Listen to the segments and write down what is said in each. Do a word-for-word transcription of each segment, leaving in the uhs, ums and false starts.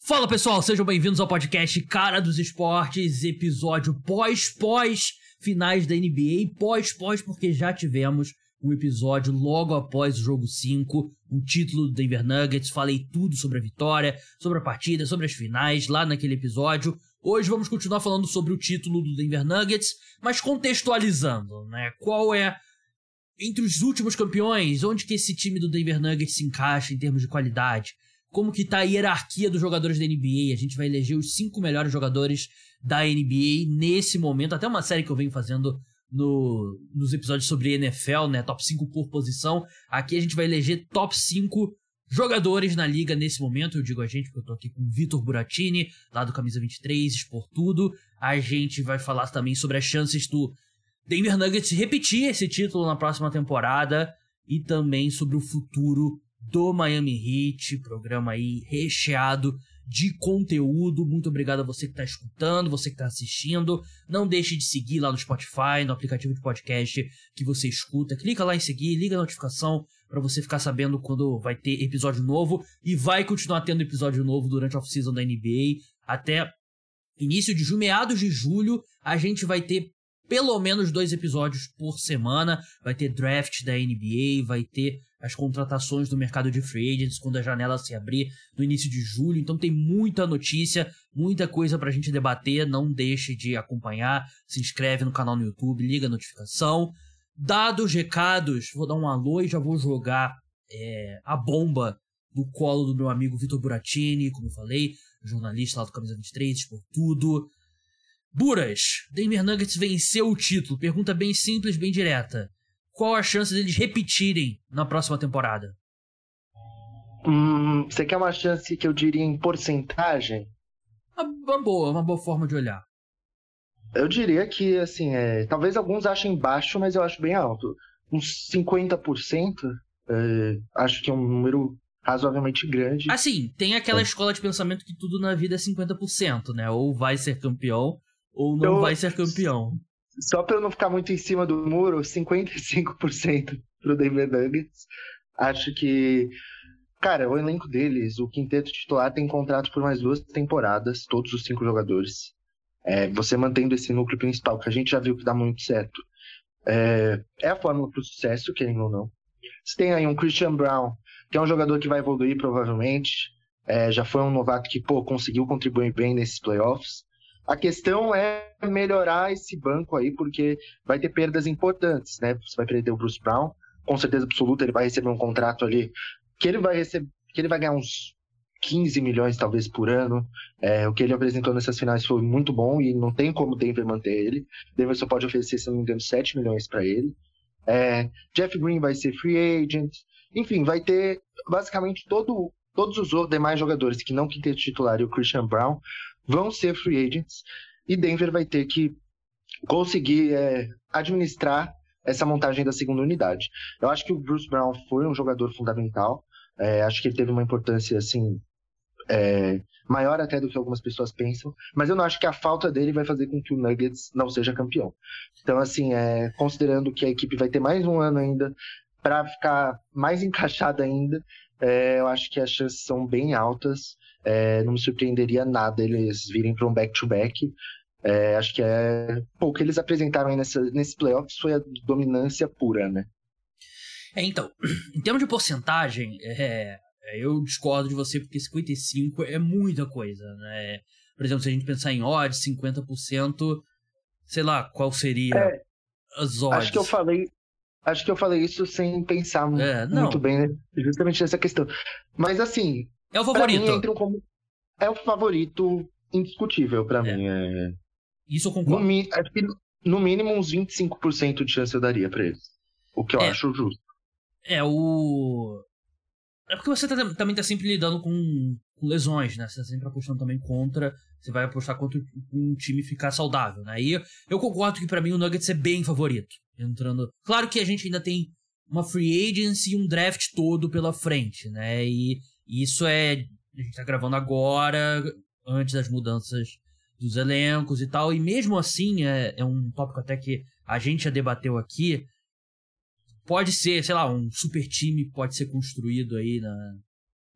Fala pessoal, sejam bem-vindos ao podcast Cara dos Esportes, episódio pós-pós finais da N B A, pós-pós porque já tivemos um episódio logo após o jogo cinco, um título do Denver Nuggets, falei tudo sobre a vitória, sobre a partida, sobre as finais lá naquele episódio. Hoje vamos continuar falando sobre o título do Denver Nuggets, mas contextualizando, né? Qual é, entre os últimos campeões, onde que esse time do Denver Nuggets se encaixa em termos de qualidade? Como que tá a hierarquia dos jogadores da N B A? A gente vai eleger os cinco melhores jogadores da N B A nesse momento. Até uma série que eu venho fazendo no, nos episódios sobre N F L, né? Top cinco por posição. Aqui a gente vai eleger top cinco jogadores na liga nesse momento. Eu digo a gente porque eu tô aqui com o Vitor Buratini, lá do Camisa vinte e três, Expor Tudo. A gente vai falar também sobre as chances do Denver Nuggets repetir esse título na próxima temporada e também sobre o futuro do Miami Heat, programa aí recheado de conteúdo. Muito obrigado a você que está escutando, você que está assistindo. Não deixe de seguir lá no Spotify, no aplicativo de podcast que você escuta. Clica lá em seguir, liga a notificação para você ficar sabendo quando vai ter episódio novo. E vai continuar tendo episódio novo durante a off-season da N B A. Até início de julho, meados de julho, a gente vai ter pelo menos dois episódios por semana. Vai ter draft da N B A, vai ter as contratações do mercado de free agents quando a janela se abrir no início de julho. Então tem muita notícia, muita coisa pra gente debater. Não deixe de acompanhar, se inscreve no canal no YouTube, liga a notificação. Dados os recados, vou dar um alô e já vou jogar é, a bomba no colo do meu amigo Vitor Buratini, como eu falei, jornalista lá do Camisa vinte e três, por tudo. Buras, Denver Nuggets venceu o título. Pergunta bem simples, bem direta. Qual a chance deles repetirem na próxima temporada? Hum, você quer uma chance que eu diria em porcentagem? Uma, uma boa, uma boa forma de olhar. Eu diria que, assim, é, talvez alguns achem baixo, mas eu acho bem alto. Uns cinquenta por cento, é, acho que é um número razoavelmente grande. Assim, tem aquela é. escola de pensamento que tudo na vida é cinquenta por cento, né? Ou vai ser campeão, ou não eu... vai ser campeão. Só para eu não ficar muito em cima do muro, cinquenta e cinco por cento pro Denver Nuggets. Acho que, cara, o elenco deles, o quinteto titular tem contrato por mais duas temporadas, todos os cinco jogadores. É, você mantendo esse núcleo principal, que a gente já viu que dá muito certo, é, é a fórmula pro sucesso, querendo ou não. Você tem aí um Christian Braun, que é um jogador que vai evoluir provavelmente. É, já foi um novato que, pô, conseguiu contribuir bem nesses playoffs. A questão é melhorar esse banco aí, porque vai ter perdas importantes, né? Você vai perder o Bruce Brown, com certeza absoluta ele vai receber um contrato ali, que ele vai receber, que ele vai ganhar uns quinze milhões talvez por ano. É, o que ele apresentou nessas finais foi muito bom e não tem como o Denver manter ele. Denver só pode oferecer, se não me engano, sete milhões para ele. É, Jeff Green vai ser free agent. Enfim, vai ter basicamente todo, todos os demais jogadores que não quinteto titular e o Christian Braun vão ser free agents, e Denver vai ter que conseguir é, administrar essa montagem da segunda unidade. Eu acho que o Bruce Brown foi um jogador fundamental, é, acho que ele teve uma importância assim, é, maior até do que algumas pessoas pensam, mas eu não acho que a falta dele vai fazer com que o Nuggets não seja campeão. Então, assim, é, considerando que a equipe vai ter mais um ano ainda para ficar mais encaixada ainda, é, eu acho que as chances são bem altas. É, não me surpreenderia nada eles virem para um back-to-back. É, acho que é pô, o que eles apresentaram aí nessa, nesse playoffs foi a dominância pura, né? É, então, em termos de porcentagem, é, eu discordo de você porque cinquenta e cinco por cento é muita coisa, né? Por exemplo, se a gente pensar em odds, cinquenta por cento, sei lá, qual seria é, as odds? Acho que eu falei, acho que eu falei isso sem pensar é, muito bem, né? Justamente nessa questão. Mas assim, é o favorito. Mim, entra um, é o favorito indiscutível pra é. mim. É... Isso eu concordo. No, acho que no mínimo uns vinte e cinco por cento de chance eu daria pra eles. O que eu é. acho justo. É, o... É porque você tá, também tá sempre lidando com, com lesões, né? Você tá sempre apostando também contra... Você vai apostar contra um time ficar saudável, né? E eu, eu concordo que pra mim o Nuggets é bem favorito. Entrando... Claro que a gente ainda tem uma free agency e um draft todo pela frente, né? E... Isso é... A gente tá gravando agora, antes das mudanças dos elencos e tal. E mesmo assim, é, é um tópico até que a gente já debateu aqui. Pode ser, sei lá, um super time pode ser construído aí na,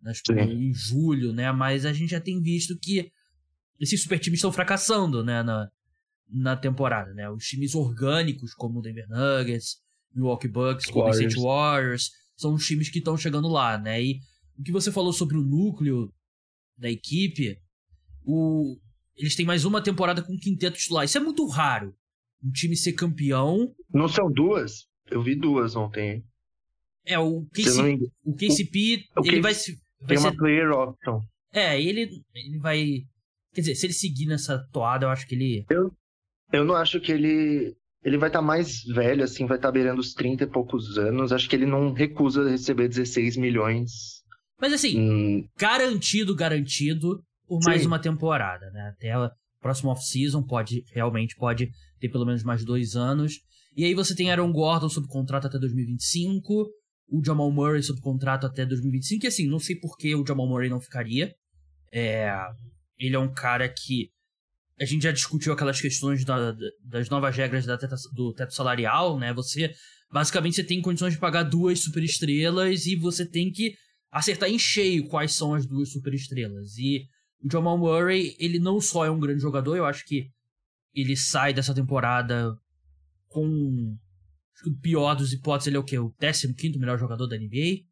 nas, em julho, né? Mas a gente já tem visto que esses super times estão fracassando, né? Na, na temporada, né? Os times orgânicos, como o Denver Nuggets, Milwaukee Bucks, Golden State Warriors, são os times que estão chegando lá, né? E o que você falou sobre o núcleo da equipe, o... eles têm mais uma temporada com um quinteto titular. Isso é muito raro. Um time ser campeão... Não são duas? Eu vi duas ontem. É, o K C P, o K C P o, ele o vai, vai tem ser... uma player option. É, ele, ele vai... Quer dizer, se ele seguir nessa toada, eu acho que ele... Eu, eu não acho que ele... Ele vai estar tá mais velho, assim, vai estar tá beirando os trinta e poucos anos. Acho que ele não recusa receber dezesseis milhões. Mas assim, hum... garantido, garantido por mais Sim. uma temporada, né? Até a próxima off-season pode, realmente pode ter pelo menos mais dois anos. E aí você tem Aaron Gordon sob contrato até dois mil e vinte e cinco, o Jamal Murray sob contrato até dois mil e vinte e cinco, e assim, não sei por que o Jamal Murray não ficaria. É, ele é um cara que a gente já discutiu aquelas questões da, das novas regras da teta, do teto salarial, né? Você, basicamente, você tem condições de pagar duas superestrelas e você tem que acertar em cheio quais são as duas superestrelas. E o Jamal Murray, ele não só é um grande jogador, eu acho que ele sai dessa temporada com... Acho que o pior dos hipóteses, ele é o quê? O décimo quinto melhor jogador da N B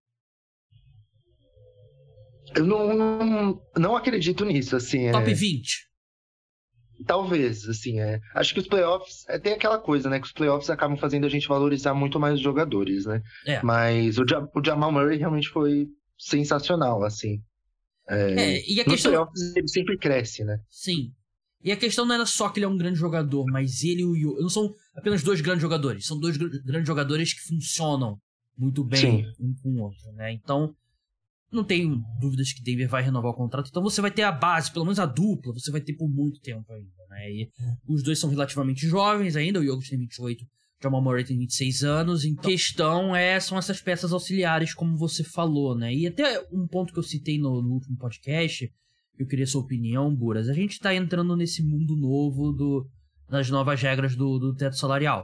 A? Eu não, não, não acredito nisso, assim. Top é... vinte? Talvez, assim, é. Acho que os playoffs, é, tem aquela coisa, né, que os playoffs acabam fazendo a gente valorizar muito mais os jogadores, né? É. Mas o, ja- o Jamal Murray realmente foi sensacional, assim. É, é e a nos questão... playoffs ele sempre cresce, né? Sim. E a questão não era só que ele é um grande jogador, mas ele e o Jokic não são apenas dois grandes jogadores, são dois gr- grandes jogadores que funcionam muito bem Sim. um com o outro, né? Então, não tenho dúvidas que Denver vai renovar o contrato. Então você vai ter a base, pelo menos a dupla, você vai ter por muito tempo ainda, né? E os dois são relativamente jovens ainda, o Jokic tem vinte e oito, o Jamal Murray tem vinte e seis anos. Então a questão é, são essas peças auxiliares, como você falou, né? E até um ponto que eu citei no, no último podcast, eu queria sua opinião, Buras. A gente tá entrando nesse mundo novo do, das novas regras do, do teto salarial.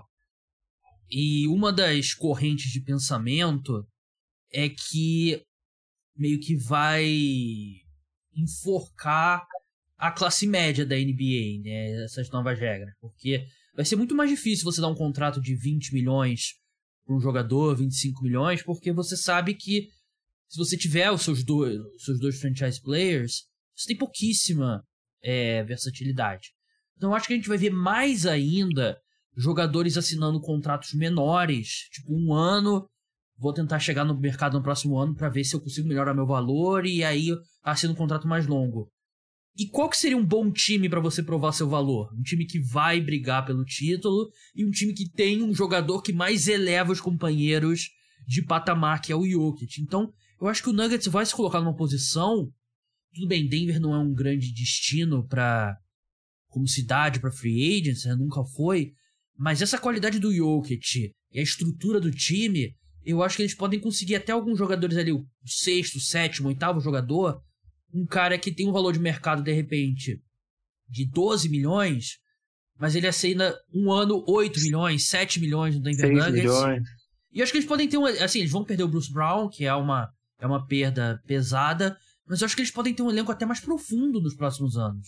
E uma das correntes de pensamento é que meio que vai enforcar a classe média da N B A, né? Essas novas regras. Porque vai ser muito mais difícil você dar um contrato de vinte milhões para um jogador, vinte e cinco milhões, porque você sabe que se você tiver os seus dois, os seus dois franchise players, você tem pouquíssima é, versatilidade. Então eu acho que a gente vai ver mais ainda jogadores assinando contratos menores, tipo um ano... Vou tentar chegar no mercado no próximo ano para ver se eu consigo melhorar meu valor e aí assino um contrato mais longo. E qual que seria um bom time para você provar seu valor? Um time que vai brigar pelo título e um time que tem um jogador que mais eleva os companheiros de patamar, que é o Jokic. Então, eu acho que o Nuggets vai se colocar numa posição... Tudo bem, Denver não é um grande destino para como cidade, para free agents, né? Nunca foi. Mas essa qualidade do Jokic e a estrutura do time... Eu acho que eles podem conseguir até alguns jogadores ali, o sexto, sétimo, oitavo jogador, um cara que tem um valor de mercado, de repente, de doze milhões, mas ele assina um ano oito milhões, sete milhões no Denver Nuggets. milhões. E eu acho que eles podem ter um... Assim, eles vão perder o Bruce Brown, que é uma, é uma perda pesada, mas eu acho que eles podem ter um elenco até mais profundo nos próximos anos.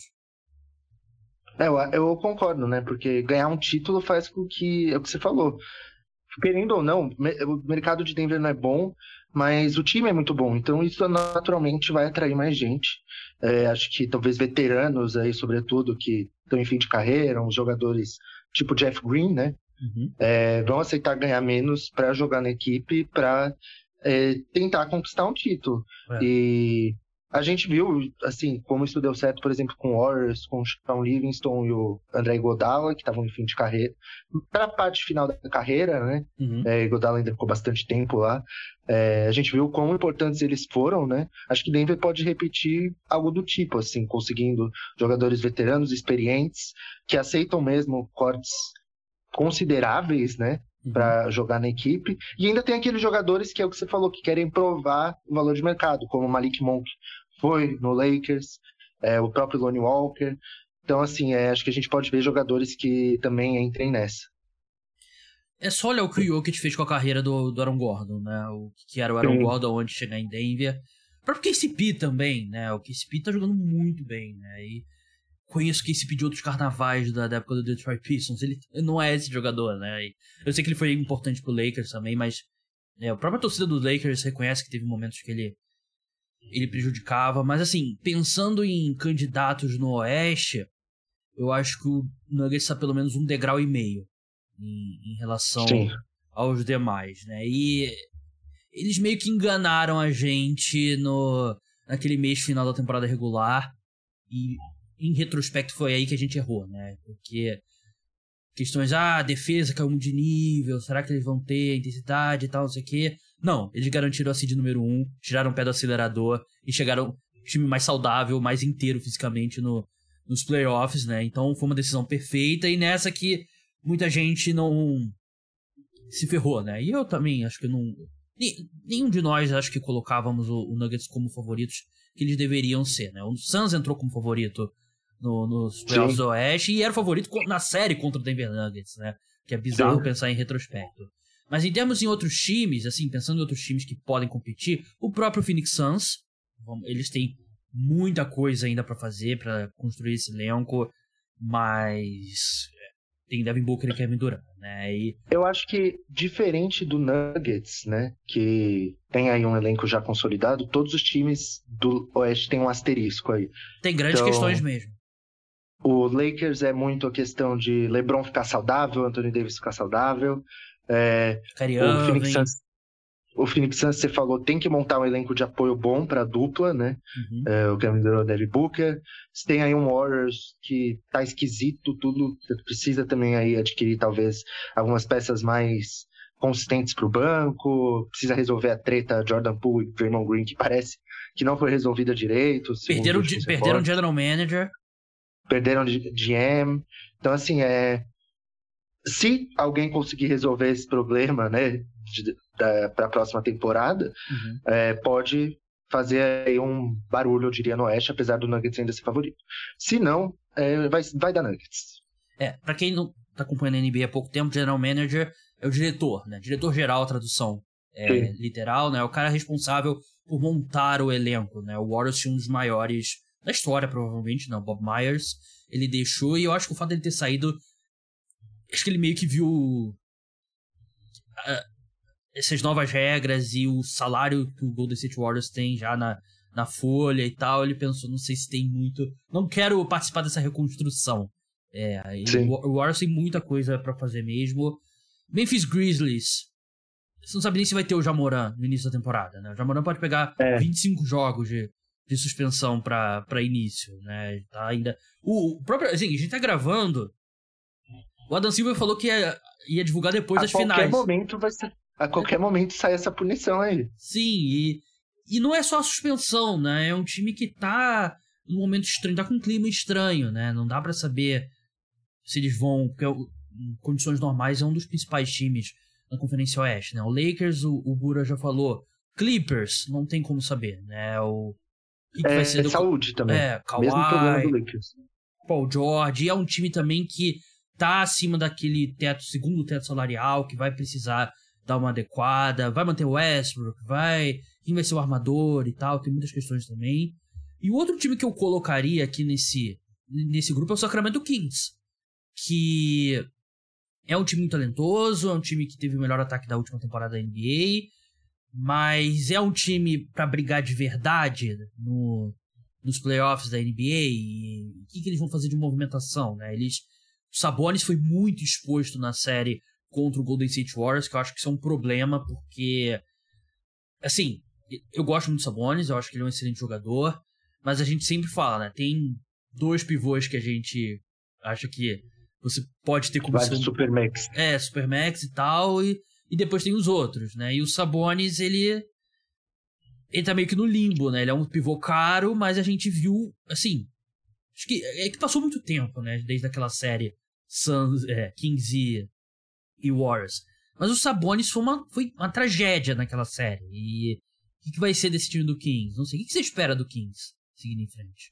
É, eu, eu concordo, né? Porque ganhar um título faz com que... É o que você falou. Querendo ou não, o mercado de Denver não é bom, mas o time é muito bom, então isso naturalmente vai atrair mais gente. É, acho que talvez veteranos aí, sobretudo, que estão em fim de carreira, uns jogadores tipo Jeff Green, né? Uhum. É, vão aceitar ganhar menos para jogar na equipe, para é, tentar conquistar um título. É. E a gente viu, assim, como isso deu certo, por exemplo, com o Warriors, com o Shaun Livingston e o André Iguodala, que estavam em fim de carreira. Para a parte final da carreira, né? Uhum. É, Iguodala ainda ficou bastante tempo lá. É, a gente viu quão importantes eles foram, né? Acho que Denver pode repetir algo do tipo, assim, conseguindo jogadores veteranos, experientes, que aceitam mesmo cortes consideráveis, né? Para jogar na equipe. E ainda tem aqueles jogadores que é o que você falou, que querem provar o valor de mercado, como o Malik Monk foi no Lakers, é, o próprio Lonnie Walker. Então, assim, é, acho que a gente pode ver jogadores que também entrem nessa. É só olhar o que o Jokic fez com a carreira do, do Aaron Gordon, né? O que era o Aaron Sim. Gordon antes de chegar em Denver. próprio K C P também, né? O K C P tá jogando muito bem, né? E conheço o K C P de outros carnavais da, da época do Detroit Pistons. Ele não é esse jogador, né? E eu sei que ele foi importante pro Lakers também, mas né, a própria torcida do Lakers reconhece que teve momentos que ele, ele prejudicava. Mas assim, pensando em candidatos no Oeste, eu acho que o Nuggets está pelo menos um degrau e meio em, em relação Sim. aos demais, né? E eles meio que enganaram a gente no, naquele mês final da temporada regular e em retrospecto foi aí que a gente errou, né? Porque questões, ah, a defesa caiu muito de nível, será que eles vão ter intensidade e tal, não sei o quê. Não, eles garantiram a seed número um, tiraram o pé do acelerador e chegaram um time mais saudável, mais inteiro fisicamente no, nos playoffs, né? Então foi uma decisão perfeita e nessa que muita gente não se ferrou, né? E eu também acho que não... Nenhum de nós acho que colocávamos o, o Nuggets como favoritos que eles deveriam ser, né? O Suns entrou como favorito no, nos playoffs do Oeste e era o favorito na série contra o Denver Nuggets, né? Que é bizarro Sim. pensar em retrospecto. Mas em termos em outros times, assim, pensando em outros times que podem competir, o próprio Phoenix Suns, eles têm muita coisa ainda pra fazer, pra construir esse elenco, mas tem Devin Booker e Kevin Durant, né? E... Eu acho que, diferente do Nuggets, né, que tem aí um elenco já consolidado, todos os times do Oeste têm um asterisco aí. Tem grandes então, questões mesmo. O Lakers é muito a questão de LeBron ficar saudável, Anthony Davis ficar saudável. É, o, Phoenix Suns, o Phoenix Suns, você falou, tem que montar um elenco de apoio bom para a dupla, né? Uhum. É, o Kevin Durant, o Devin Booker. Você tem aí um Warriors que tá esquisito, tudo. Você precisa também aí adquirir talvez algumas peças mais consistentes para o banco. Precisa resolver a treta Jordan Poole e Draymond Green, que parece que não foi resolvida direito. Perderam o perderam general manager. Perderam de G M. Então, assim, é... se alguém conseguir resolver esse problema, né, para a próxima temporada, uhum. é, pode fazer aí um barulho, eu diria, no Oeste, apesar do Nuggets ainda ser favorito. Se não, é, vai, vai dar Nuggets. É, para quem não tá acompanhando a N B A há pouco tempo, General Manager é o diretor, né? Diretor-geral, a tradução é, literal, né? O cara responsável por montar o elenco, né? O Warriors tinha um dos maiores da história, provavelmente, não, Bob Myers, ele deixou, e eu acho que o fato dele ter saído, acho que ele meio que viu uh, essas novas regras e o salário que o Golden State Warriors tem já na, na folha e tal, ele pensou, não sei se tem muito, não quero participar dessa reconstrução. É, o Warriors tem muita coisa pra fazer mesmo. Memphis Grizzlies, você não sabe nem se vai ter o Ja Morant no início da temporada, né? O Ja Morant pode pegar é. vinte e cinco jogos de de suspensão pra, pra início, né? Tá ainda... O, o próprio... Assim, a gente tá gravando... O Adam Silver falou que ia, ia divulgar depois a das finais. Momento vai ser, a qualquer momento sai essa punição aí. Sim, e, e não é só a suspensão, né? É um time que tá num momento estranho, tá com um clima estranho, né? Não dá pra saber se eles vão... Porque em condições normais é um dos principais times na Conferência Oeste, né? O Lakers, o, o Bura já falou. Clippers, não tem como saber, né? O... Que que é, vai ser do... saúde também. É, Kawhi, mesmo problema do Lakers. Paul George, é um time também que tá acima daquele teto, segundo teto salarial, que vai precisar dar uma adequada, vai manter o Westbrook, vai, quem vai ser o armador e tal, tem muitas questões também. E o outro time que eu colocaria aqui nesse, nesse grupo é o Sacramento Kings, que é um time muito talentoso, é um time que teve o melhor ataque da última temporada da N B A, mas é um time pra brigar de verdade no, nos playoffs da N B A. E o que, que eles vão fazer de movimentação, né? Eles, o Sabonis foi muito exposto na série contra o Golden State Warriors, que eu acho que isso é um problema, porque, assim, eu gosto muito do Sabonis, eu acho que ele é um excelente jogador, mas a gente sempre fala, né? Tem dois pivôs que a gente acha que você pode ter como... Vai do Supermax. É, Supermax e tal, e E depois tem os outros, né? E o Sabonis, ele... Ele tá meio que no limbo, né? Ele é um pivô caro, mas a gente viu, assim... Acho que é que passou muito tempo, né? Desde aquela série Suns, é, Kings e, e Warriors. Mas o Sabonis foi uma, foi uma tragédia naquela série. E o que, que vai ser desse time do Kings? Não sei. O que, que você espera do Kings seguindo em frente?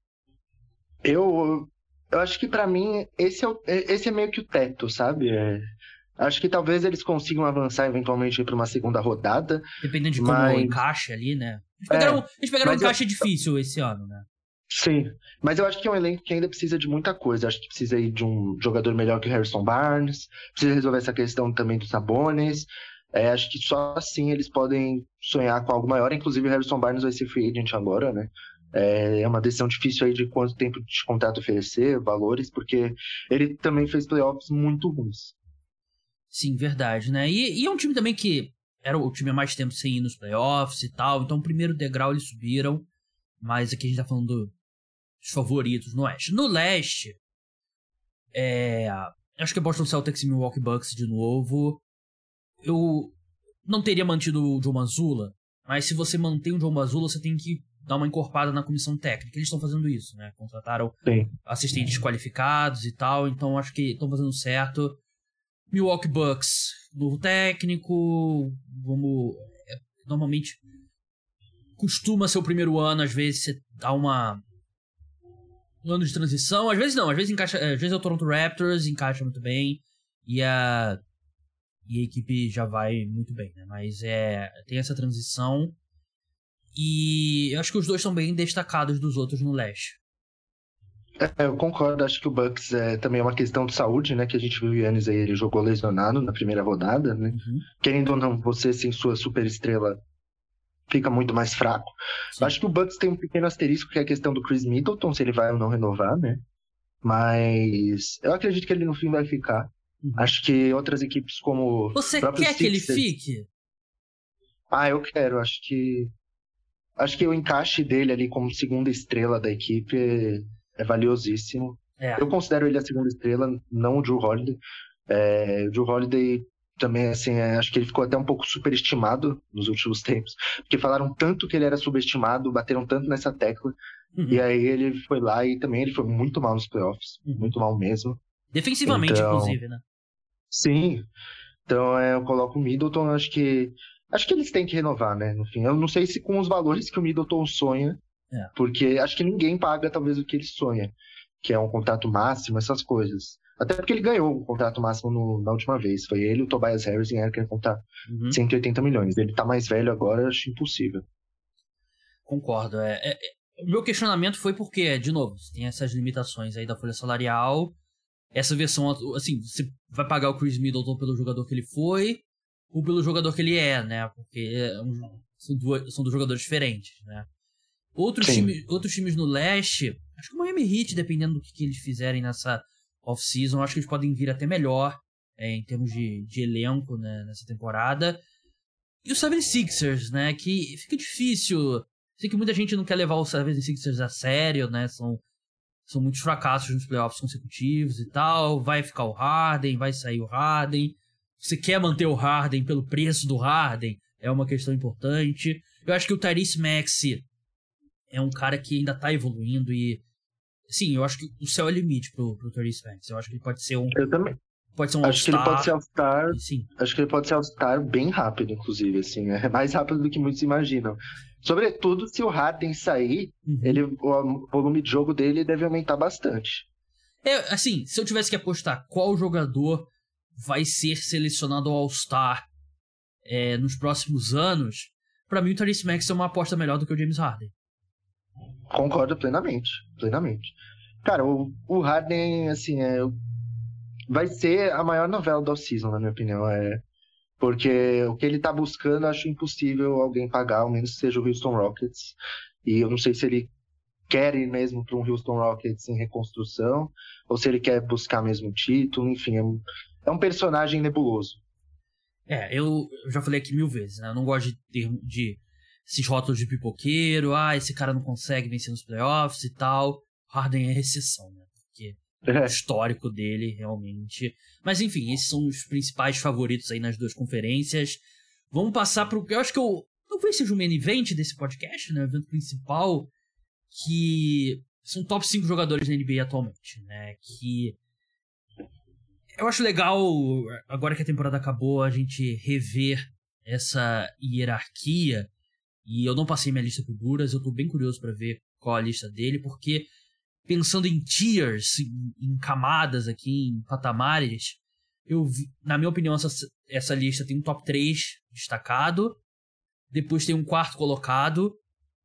Eu... Eu acho que pra mim, esse é, o, esse é meio que o teto, sabe? É... Acho que talvez eles consigam avançar eventualmente para uma segunda rodada. Dependendo de mas... como encaixa ali, né? Eles pegaram, É, eles pegaram um mas eu- encaixe difícil esse ano, né? Sim, mas eu acho que é um elenco que ainda precisa de muita coisa. Acho que precisa aí de um jogador melhor que o Harrison Barnes, precisa resolver essa questão também dos Sabonis. É, acho que só assim eles podem sonhar com algo maior. Inclusive, o Harrison Barnes vai ser free agent agora, né? É é uma decisão difícil aí de quanto tempo de contrato oferecer, valores, porque ele também fez playoffs muito ruins. Sim, verdade, né? E, e é um time também que era o time há mais tempo sem ir nos playoffs e tal, então o primeiro degrau eles subiram, mas aqui a gente tá falando do- dos favoritos no Oeste. No Leste, é, acho que é Boston Celtics e Milwaukee Bucks de novo. Eu não teria mantido o Joe Mazzulla, mas se você mantém o Joe Mazzulla, você tem que dar uma encorpada na comissão técnica. Eles estão fazendo isso, né? Contrataram Sim. assistentes qualificados e tal, então acho que estão fazendo certo. Milwaukee Bucks, novo técnico, vamos... é, normalmente costuma ser o primeiro ano, às vezes você dá uma... um ano de transição, às vezes não, às vezes encaixa, às vezes é o Toronto Raptors, encaixa muito bem, e a, e a equipe já vai muito bem, né? Mas é, tem essa transição, e eu acho que os dois são bem destacados dos outros no leste. É, eu concordo, acho que o Bucks é também uma questão de saúde, né? Que a gente viu o Giannis aí, ele jogou lesionado na primeira rodada, né? Uhum. Querendo ou não, você sem sua super estrela fica muito mais fraco. Sim. Acho que o Bucks tem um pequeno asterisco, que é a questão do Chris Middleton, se ele vai ou não renovar, né? Mas eu acredito que ele no fim vai ficar. Uhum. Acho que outras equipes como... Você o próprio quer que ele Sixers- fique? Ah, eu quero, acho que... Acho que o encaixe dele ali como segunda estrela da equipe é, é valiosíssimo. É. Eu considero ele a segunda estrela, não o Drew Holiday. É, o Drew Holiday também, assim, é, acho que ele ficou até um pouco superestimado nos últimos tempos, porque falaram tanto que ele era subestimado, bateram tanto nessa tecla, Uhum. e aí ele foi lá e também ele foi muito mal nos playoffs, Uhum. muito mal mesmo. Defensivamente, Então- inclusive, né? Sim, então é, eu coloco o Middleton, acho que acho que eles têm que renovar, né, no fim. Eu não sei se com os valores que o Middleton sonha, É. porque acho que ninguém paga talvez o que ele sonha, que é um contrato máximo, essas coisas. Até porque ele ganhou o contrato máximo no- na última vez. Foi ele, o Tobias Harris e aquele contrato Uhum. cento e oitenta milhões. Ele tá mais velho agora, acho impossível. Concordo. É, é- é- o meu questionamento foi porque, de novo, você tem essas limitações aí da folha salarial. Essa versão, assim, você vai pagar o Chris Middleton pelo jogador que ele foi ou pelo jogador que ele é, né? Porque é um- são, duas, são dois jogadores diferentes, né? Outros, Sim. time, outros times no leste, acho que o Miami Heat, dependendo do que, que eles fizerem nessa off-season, acho que eles podem vir até melhor é, em termos de, de elenco, né, nessa temporada. E o seventy-sixers, ers né? Que fica difícil. Sei que muita gente não quer levar o seventy-sixers ers a sério, né? São, são muitos fracassos nos playoffs consecutivos e tal. Vai ficar o Harden, vai sair o Harden. Você quer manter o Harden pelo preço do Harden? É uma questão importante. Eu acho que o Tyrese Maxey é um cara que ainda tá evoluindo e... Sim, eu acho que o céu é limite pro, pro Tyrese Maxey. Eu acho que ele pode ser um... Eu também. Pode ser um Acho que ele pode ser All-Star. All-Star. Sim. Acho que ele pode ser All-Star bem rápido, inclusive, assim. É mais rápido do que muitos imaginam. Sobretudo se o Harden sair, Uhum. ele, o volume de jogo dele deve aumentar bastante. É, assim, se eu tivesse que apostar qual jogador vai ser selecionado ao All-Star é, nos próximos anos, pra mim o Tyrese Maxey é uma aposta melhor do que o James Harden. Concordo plenamente, plenamente. Cara, o, o Harden, assim, é, vai ser a maior novela do off-season, na minha opinião. É, porque o que ele tá buscando, eu acho impossível alguém pagar, ao menos que seja o Houston Rockets. E eu não sei se ele quer ir mesmo para um Houston Rockets em reconstrução, ou se ele quer buscar mesmo o título, enfim, é um, é um personagem nebuloso. É, eu, eu já falei aqui mil vezes, né? Eu não gosto de ter de esses rótulos de pipoqueiro, ah, esse cara não consegue vencer nos playoffs e tal. Harden é exceção, né? Porque É. o histórico dele, realmente. Mas enfim, esses são os principais favoritos aí nas duas conferências. Vamos passar pro... Eu acho que eu... Talvez seja o main event desse podcast, né? O evento principal, que são top cinco jogadores da N B A atualmente, né? Que... Eu acho legal, agora que a temporada acabou, a gente rever essa hierarquia. E eu não passei minha lista por Buras, eu tô bem curioso pra ver qual a lista dele, porque pensando em tiers, em, em camadas aqui, em patamares, eu vi, na minha opinião, essa, essa lista tem um top três destacado, depois tem um quarto colocado,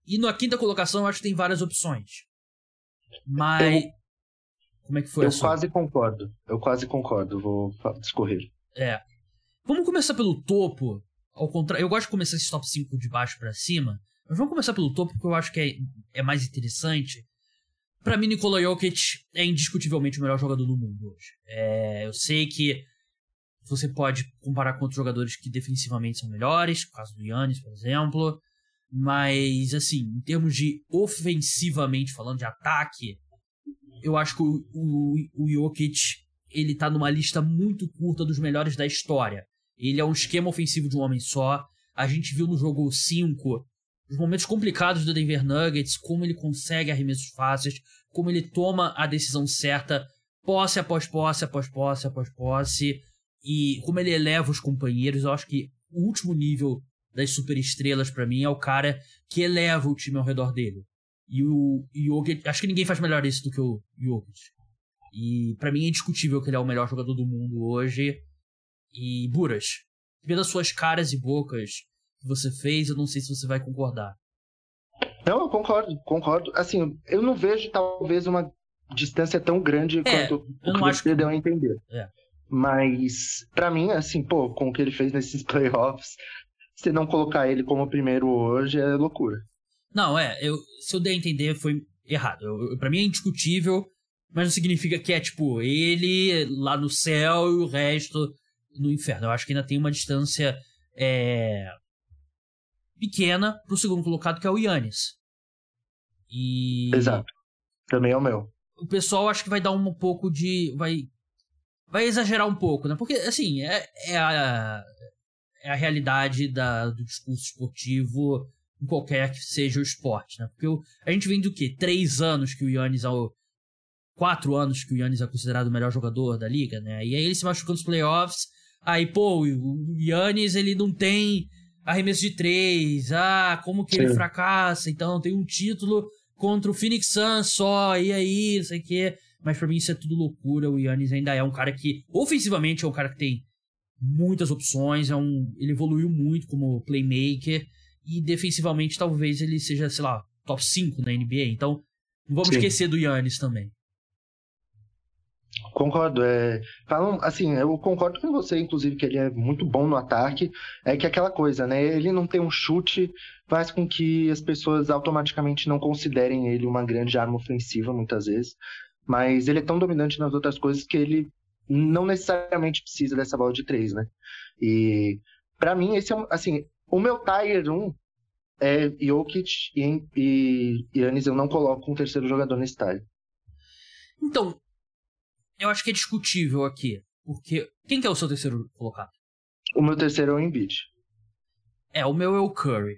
E na quinta colocação eu acho que tem várias opções. Mas... Eu, como é que foi eu a sua? quase concordo. Eu quase concordo. Vou discorrer. É. Vamos começar pelo topo. Ao contrário, eu gosto de começar esse top cinco de baixo pra cima. Mas vamos começar pelo topo, porque eu acho que é, é mais interessante. Pra mim, Nikola Jokic é indiscutivelmente o melhor jogador do mundo hoje. É, eu sei que você pode comparar com outros jogadores que defensivamente são melhores, no caso do Giannis, por exemplo. Mas, assim, em termos de ofensivamente falando, de ataque, eu acho que o, o, o Jokic, ele tá numa lista muito curta dos melhores da história. Ele é um esquema ofensivo de um homem só. A gente viu no jogo cinco os momentos complicados do Denver Nuggets, como ele consegue arremessos fáceis, como ele toma a decisão certa, posse após posse, após posse, após posse, e como ele eleva os companheiros. Eu acho que o último nível das superestrelas pra mim é o cara que eleva o time ao redor dele. E o Jokic, acho que ninguém faz melhor isso do que o Jokic. E pra mim é indiscutível que ele é o melhor jogador do mundo hoje. E Buras, pelas suas caras e bocas que você fez, eu não sei se você vai concordar. Não, eu concordo, concordo. Assim, eu não vejo talvez uma distância tão grande é, quanto eu o não que acho você que... deu a entender. É. Mas, pra mim, assim, pô, com o que ele fez nesses playoffs, se não colocar ele como primeiro hoje é loucura. Não, é, eu, se eu der a entender, foi errado. Eu, eu, pra mim é indiscutível, mas não significa que é, tipo, ele lá no céu e o resto no inferno. Eu acho que ainda tem uma distância é, pequena pro segundo colocado, que é o Giannis. E... Exato. Também é o meu. O pessoal acho que vai dar um pouco de... Vai, vai exagerar um pouco, né? Porque, assim, é, é, a, é a realidade da, do discurso esportivo em qualquer que seja o esporte, né? Porque o, a gente vem do quê? Três anos que o Giannis é o... Quatro anos que o Giannis é considerado o melhor jogador da liga, né? E aí ele se machucou nos playoffs. Aí, pô, o Giannis, ele não tem arremesso de três. Ah, como que Sim. ele fracassa? Então, tem um título contra o Phoenix Suns só. E aí, não sei o quê. Mas pra mim isso é tudo loucura. O Giannis ainda é um cara que, ofensivamente, é um cara que tem muitas opções. É um, ele evoluiu muito como playmaker. E defensivamente, talvez ele seja, sei lá, top cinco na N B A. Então, não vamos Sim. esquecer do Giannis também. Concordo, é, falam, assim, eu concordo com você, inclusive, que ele é muito bom no ataque, é que aquela coisa, né, ele não tem um chute, faz com que as pessoas automaticamente não considerem ele uma grande arma ofensiva, muitas vezes, mas ele é tão dominante nas outras coisas que ele não necessariamente precisa dessa bola de três, né, e pra mim, esse é, assim, o meu tier um é Jokic e, e Giannis, eu não coloco um terceiro jogador nesse tier. Então, eu acho que é discutível aqui. Porque... Quem que é o seu terceiro colocado? O meu terceiro é o Embiid. É, o meu é o Curry.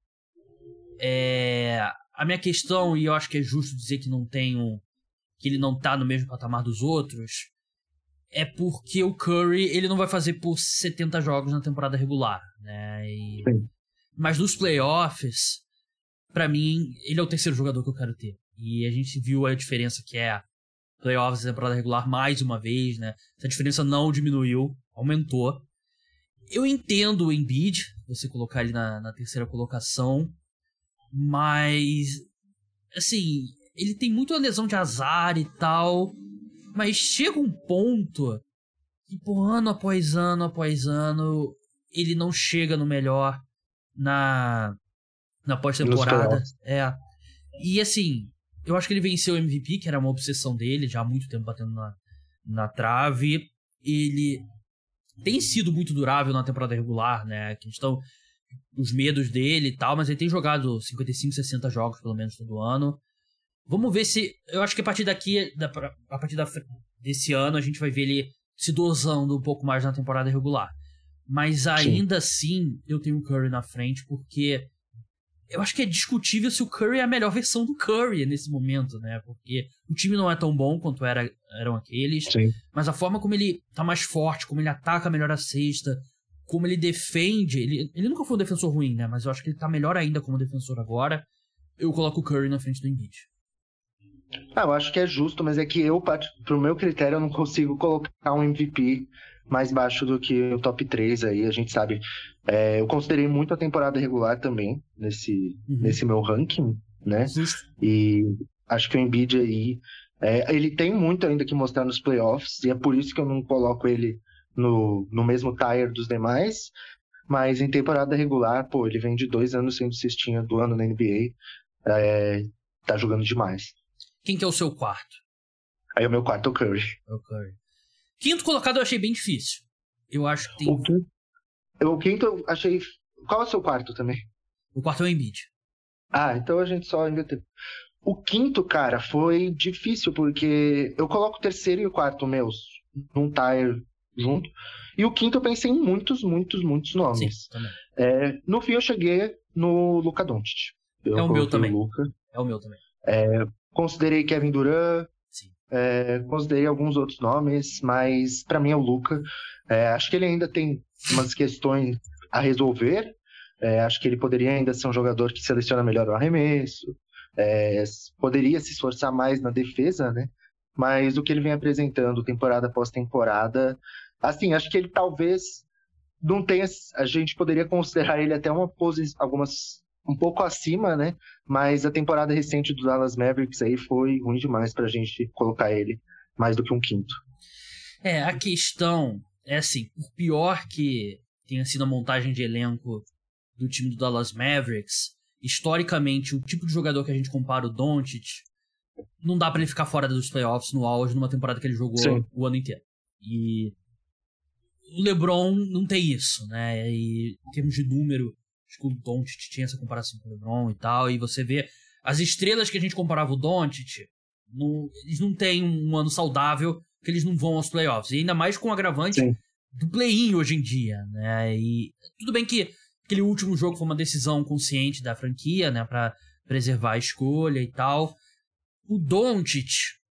É... A minha questão, e eu acho que é justo dizer que não tem um... que ele não tá no mesmo patamar dos outros, é porque o Curry, ele não vai fazer por setenta jogos na temporada regular, né? E... Sim. Mas nos playoffs, pra mim, ele é o terceiro jogador que eu quero ter. E a gente viu a diferença que é playoffs e temporada regular mais uma vez, né? Essa diferença não diminuiu, aumentou. Eu entendo o Embiid, você colocar ele na, na terceira colocação, mas, assim, ele tem muito a lesão de azar e tal, mas chega um ponto que, por ano após ano após ano, ele não chega no melhor na, na pós-temporada. É. E, assim, eu acho que ele venceu o M V P, que era uma obsessão dele, já há muito tempo batendo na, na trave. Ele tem sido muito durável na temporada regular, né? A questão, os medos dele e tal, mas ele tem jogado cinquenta e cinco, sessenta jogos, pelo menos, todo ano. Vamos ver se... Eu acho que a partir daqui, a partir da, desse ano, a gente vai ver ele se dosando um pouco mais na temporada regular. Mas ainda Sim. assim, eu tenho o Curry na frente, porque... Eu acho que é discutível se o Curry é a melhor versão do Curry nesse momento, né? Porque o time não é tão bom quanto era, eram aqueles. Sim. Mas a forma como ele tá mais forte, como ele ataca melhor a cesta, como ele defende... Ele, ele nunca foi um defensor ruim, né? Mas eu acho que ele tá melhor ainda como defensor agora. Eu coloco o Curry na frente do Embiid. Ah, eu acho que é justo, mas é que eu, pro meu critério, eu não consigo colocar um M V P mais baixo do que o top três aí, a gente sabe. É, eu considerei muito a temporada regular também, nesse, uhum. nesse meu ranking, né? Justo. E acho que o Embiid aí, é, ele tem muito ainda que mostrar nos playoffs, e é por isso que eu não coloco ele no, no mesmo tier dos demais, mas em temporada regular, pô, ele vem de dois anos sendo cestinha do ano na N B A, é, tá jogando demais. Quem que é o seu quarto? Aí o meu quarto é o Curry. É o Curry. Quinto colocado eu achei bem difícil. Eu acho que tem... O quinto, o quinto eu achei... Qual é o seu quarto também? O quarto é o Embiid. Ah, então a gente só inverteu. O quinto, cara, foi difícil, porque eu coloco o terceiro e o quarto meus num tier junto. E o quinto eu pensei em muitos, muitos, muitos nomes. Sim, também. É, no fim eu cheguei no Luka Doncic. Eu é o meu também. O Luka. É o meu também. É, considerei Kevin Durant. Sim. É, considerei alguns outros nomes, mas pra mim é o Luka. É, acho que ele ainda tem umas questões a resolver. É, acho que ele poderia ainda ser um jogador que seleciona melhor o arremesso. É, poderia se esforçar mais na defesa, né? Mas o que ele vem apresentando temporada após temporada, assim, acho que ele talvez não tenha, a gente poderia considerar ele até uma posição, algumas um pouco acima, né? Mas a temporada recente do Dallas Mavericks aí foi ruim demais pra gente colocar ele mais do que um quinto. É, a questão é assim, por pior que tenha sido a montagem de elenco do time do Dallas Mavericks, historicamente, o tipo de jogador que a gente compara o Doncic, não dá pra ele ficar fora dos playoffs no auge numa temporada que ele jogou Sim. o ano inteiro. E o LeBron não tem isso, né? E em termos de número, acho que o Doncic tinha essa comparação com o LeBron e tal, e você vê as estrelas que a gente comparava o Doncic, não, eles não têm um ano saudável, que eles não vão aos playoffs. E ainda mais com o agravante Sim. do play-in hoje em dia, né? E tudo bem que aquele último jogo foi uma decisão consciente da franquia, né, pra preservar a escolha e tal. O Doncic,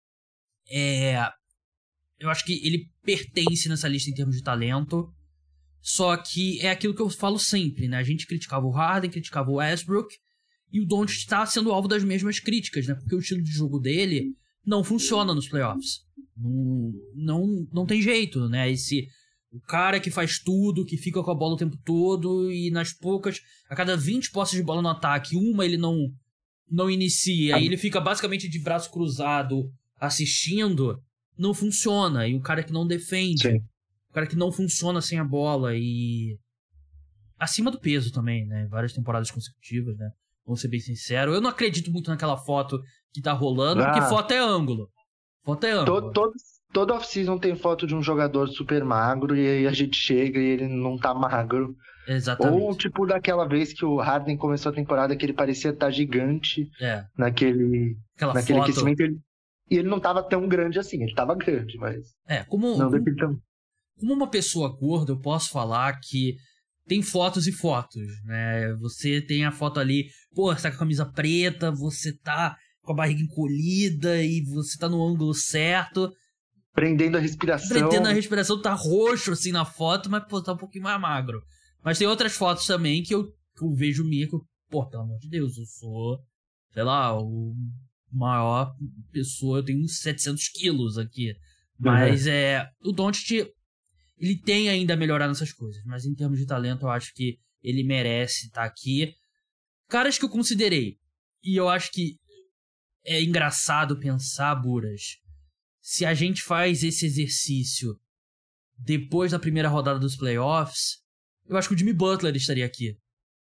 é, eu acho que ele pertence nessa lista em termos de talento, só que é aquilo que eu falo sempre, né, a gente criticava o Harden, criticava o Westbrook, e o Doncic está sendo alvo das mesmas críticas, né, porque o estilo de jogo dele não funciona nos playoffs. Não, não, não tem jeito, né, esse... O cara que faz tudo, que fica com a bola o tempo todo e nas poucas... A cada vinte posses de bola no ataque, uma ele não, não inicia. Aí ele fica basicamente de braço cruzado assistindo. Não funciona. E o cara que não defende. Sim. O cara que não funciona sem a bola. E... Acima do peso também, né? Várias temporadas consecutivas, né? Vamos ser bem sinceros. Eu não acredito muito naquela foto que tá rolando, ah. porque foto é ângulo. Foto é ângulo. Todo, todos... Toda off-season tem foto de um jogador super magro e aí a gente chega e ele não tá magro. Exatamente. Ou tipo daquela vez que o Harden começou a temporada que ele parecia estar gigante é. naquele, Aquela naquele foto... aquecimento. Ele, e ele não tava tão grande assim, ele tava grande, mas... É, como, não, como, tão... como uma pessoa gorda, eu posso falar que tem fotos e fotos, né? Você tem a foto ali, pô, você tá com a camisa preta, você tá com a barriga encolhida e você tá no ângulo certo... Prendendo a respiração. Prendendo a respiração, tá roxo assim na foto, mas pô, tá um pouquinho mais magro. Mas tem outras fotos também que eu, que eu vejo minha, que eu, pô, pelo amor de Deus, eu sou, sei lá, o maior pessoa, eu tenho uns setecentos quilos aqui. Mas uhum. é, o Doncic, ele tem ainda a melhorar nessas coisas, mas em termos de talento eu acho que ele merece estar aqui. Caras que eu considerei, e eu acho que é engraçado pensar, Buras, se a gente faz esse exercício depois da primeira rodada dos playoffs, eu acho que o Jimmy Butler estaria aqui.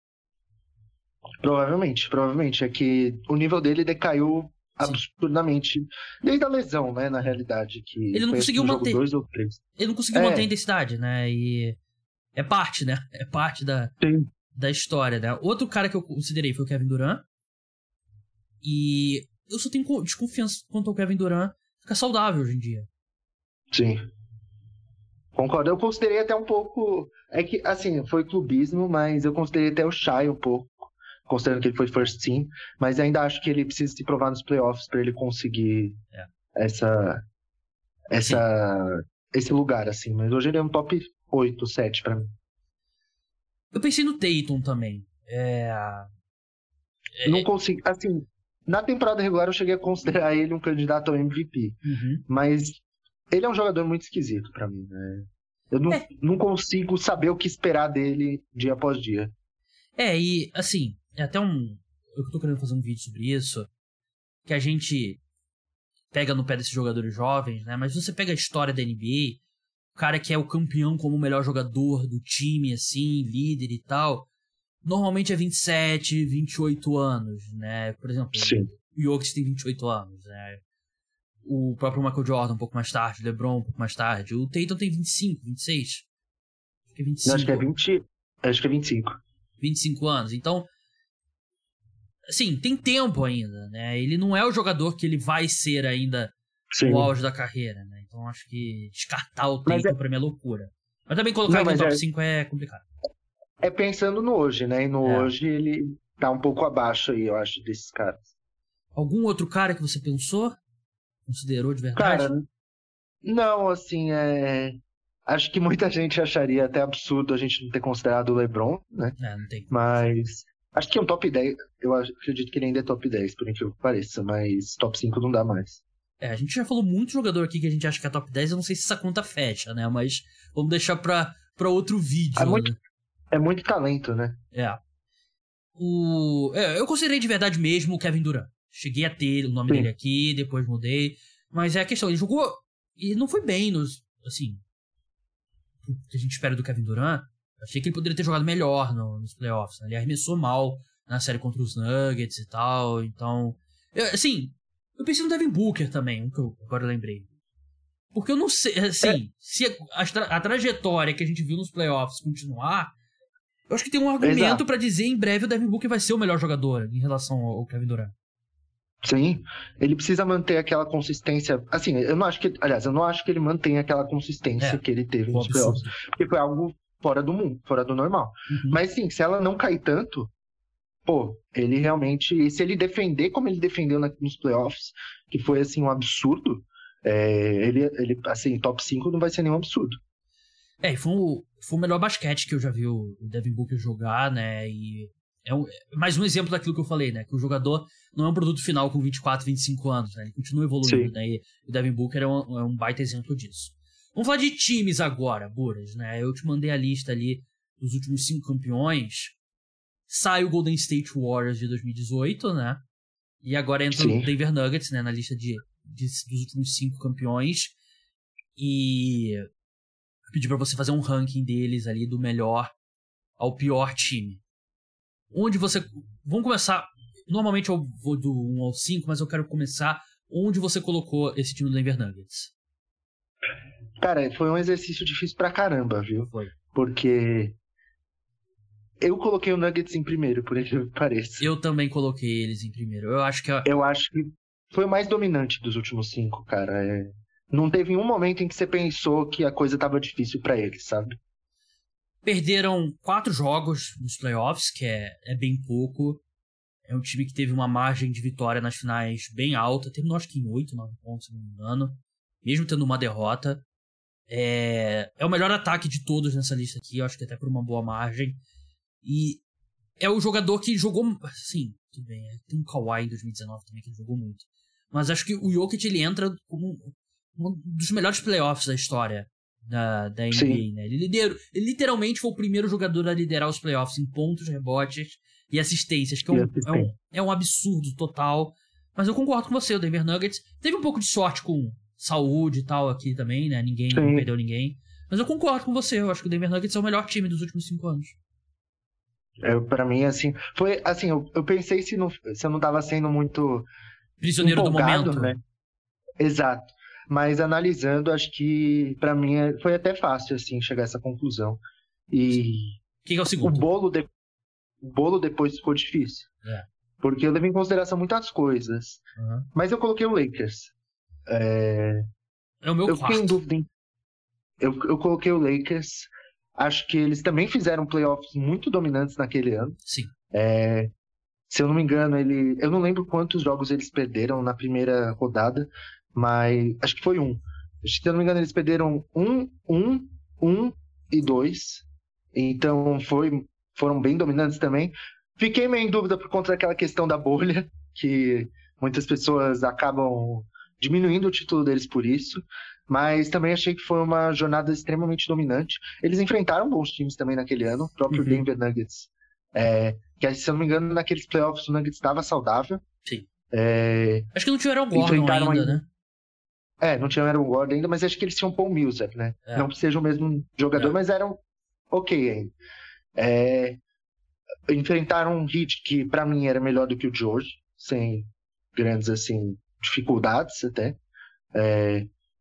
Provavelmente, provavelmente. É que o nível dele decaiu Sim. absurdamente. Desde a lesão, né, na realidade. Que ele não conseguiu manter. Dois ou três. Ele não conseguiu é. manter a intensidade, né? E é parte, né? É parte da, da história, né? Outro cara que eu considerei foi o Kevin Durant. E eu só tenho desconfiança quanto ao Kevin Durant fica saudável hoje em dia. Sim. Concordo. Eu considerei até um pouco... É que, assim, foi clubismo, mas eu considerei até o Shai um pouco, considerando que ele foi first team, mas ainda acho que ele precisa se provar nos playoffs para ele conseguir é. essa, essa, esse lugar, assim. Mas hoje ele é um top oito, sete pra mim. Eu pensei no Tatum também. É... Não consigo... Assim... Na temporada regular eu cheguei a considerar ele um candidato ao M V P, uhum. mas ele é um jogador muito esquisito pra mim, né? Eu não, É. não consigo saber o que esperar dele dia após dia. É, e assim, é até um... Eu tô querendo fazer um vídeo sobre isso, que a gente pega no pé desses jogadores jovens, né? Mas você pega a história da N B A, o cara que é o campeão como o melhor jogador do time, assim, líder e tal, normalmente é vinte e sete, vinte e oito anos, né? Por exemplo, Sim. o Jokic tem vinte e oito anos, né? O próprio Michael Jordan um pouco mais tarde, o LeBron um pouco mais tarde, o Tatum tem vinte e cinco, vinte e seis. Acho que é vinte e cinco. Acho que é vinte. Acho que é vinte e cinco. vinte e cinco anos. Então, assim, tem tempo ainda, né? Ele não é o jogador que ele vai ser ainda Sim. no auge da carreira, né? Então acho que descartar o Mas Tatum é- pra mim é loucura. Mas também colocar Não, ele no mas top é- cinco é complicado. É pensando no hoje, né? E no É. hoje ele tá um pouco abaixo aí, eu acho, desses caras. Algum outro cara que você pensou? Considerou de verdade? Cara, não, assim, é. Acho que muita gente acharia até absurdo a gente não ter considerado o LeBron, né? É, não tem. Mas acho que é um top dez. Eu acho- acredito que ele ainda é top dez, por incrível que pareça, mas top cinco não dá mais. É, a gente já falou muito jogador aqui que a gente acha que é top dez, eu não sei se essa conta fecha, né? Mas vamos deixar pra, pra outro vídeo. É muito- né? É muito talento, né? É. O... é, eu considerei de verdade mesmo o Kevin Durant. Cheguei a ter o nome Sim. dele aqui, depois mudei. Mas é a questão, ele jogou... E não foi bem nos... Assim... O que a gente espera do Kevin Durant. Achei que ele poderia ter jogado melhor no- nos playoffs. Né? Ele arremessou mal na série contra os Nuggets e tal. Então... eu- assim... Eu pensei no Devin Booker também, um que eu agora lembrei. Porque eu não sei... Assim... Se a, a tra- a trajetória que a gente viu nos playoffs continuar... Eu acho que tem um argumento Exato. pra dizer em breve o Devin Booker vai ser o melhor jogador em relação ao Kevin Durant. Sim, ele precisa manter aquela consistência. Assim, eu não acho que. Aliás, eu não acho que ele mantenha aquela consistência É, que ele teve Foi nos playoffs. absurdo. Porque foi algo fora do mundo, fora do normal. Uhum. Mas sim, se ela não cair tanto, pô, ele realmente. E se ele defender como ele defendeu na- nos playoffs, que foi assim um absurdo, é, ele, ele, assim, top cinco não vai ser nenhum absurdo. É, e foi o, foi o melhor basquete que eu já vi o o Devin Booker jogar, né? E é um- é mais um exemplo daquilo que eu falei, né? Que o jogador não é um produto final com vinte e quatro, vinte e cinco anos, né? Ele continua evoluindo, Sim. né? E o Devin Booker é um, é um baita exemplo disso. Vamos falar de times agora, Buras, né? Eu te mandei a lista ali dos últimos cinco campeões. Sai o Golden State Warriors de dois mil e dezoito, né? E agora entra Sim. o Denver Nuggets, né? Na lista de, de- dos últimos cinco campeões. E eu pedi pra você fazer um ranking deles ali do melhor ao pior time. Onde você... Vamos começar... Normalmente eu vou do um ao cinco, mas eu quero começar onde você colocou esse time do Denver Nuggets. Cara, foi um exercício difícil pra caramba, viu? Foi. Porque eu coloquei o Nuggets em primeiro, por incrível que pareça. Eu também coloquei eles em primeiro. Eu acho que... a- Eu acho que foi o mais dominante dos últimos cinco, cara. É... Não teve um momento em que você pensou que a coisa tava difícil pra eles, sabe? Perderam quatro jogos nos playoffs, que é, é bem pouco. É um time que teve uma margem de vitória nas finais bem alta. Terminou acho que em oito, nove pontos, se não me engano. Mesmo tendo uma derrota. É, é o melhor ataque de todos nessa lista aqui. Eu acho que até por uma boa margem. E é o jogador que jogou... Sim, tudo bem. Tem um Kawhi em dois mil e dezenove também que ele jogou muito. Mas acho que o Jokic ele entra como um dos melhores playoffs da história da, da N B A, Sim. né? Ele, liderou, ele literalmente foi o primeiro jogador a liderar os playoffs em pontos, rebotes e assistências, que é E um, é assistência. um, é um absurdo total. Mas eu concordo com você, o Denver Nuggets teve um pouco de sorte com saúde e tal aqui também, né? Ninguém não Sim. perdeu ninguém. Mas eu concordo com você, eu acho que o Denver Nuggets é o melhor time dos últimos cinco anos. É, para mim, assim, foi assim, eu, eu pensei se, não, se eu não tava sendo muito Prisioneiro do empolgado, momento. né? Exato. Mas analisando, acho que pra mim é- foi até fácil, assim, chegar a essa conclusão. E Quem que é o o segundo? bolo, de- o bolo depois ficou difícil. É. Porque eu levei em consideração muitas coisas. Uhum. Mas eu coloquei o Lakers. É, É o meu eu fiquei em quarto. dúvida. Em... Eu, eu coloquei o Lakers. Acho que eles também fizeram playoffs muito dominantes naquele ano. Sim. É, se eu não me engano, ele, eu não lembro quantos jogos eles perderam na primeira rodada, mas acho que foi um. Acho que, se eu não me engano, eles perderam um, um, um e dois. Então foi, foram bem dominantes também. Fiquei meio em dúvida por conta daquela questão da bolha, que muitas pessoas acabam diminuindo o título deles por isso, mas também achei que foi uma jornada extremamente dominante. Eles enfrentaram bons times também naquele ano, o próprio Uhum. Denver Nuggets, é, que se eu não me engano, naqueles playoffs o Nuggets estava saudável. Sim. É, Acho que não tiveram o Gordon enfrentaram ainda, ainda- né? É, não tinha o Aaron Gordon ainda, mas acho que eles tinham Paul Millsap, né? É. Não que seja o mesmo jogador, É. mas eram ok ainda. É, enfrentaram um Heat que pra mim era melhor do que o George, sem grandes assim dificuldades até. É,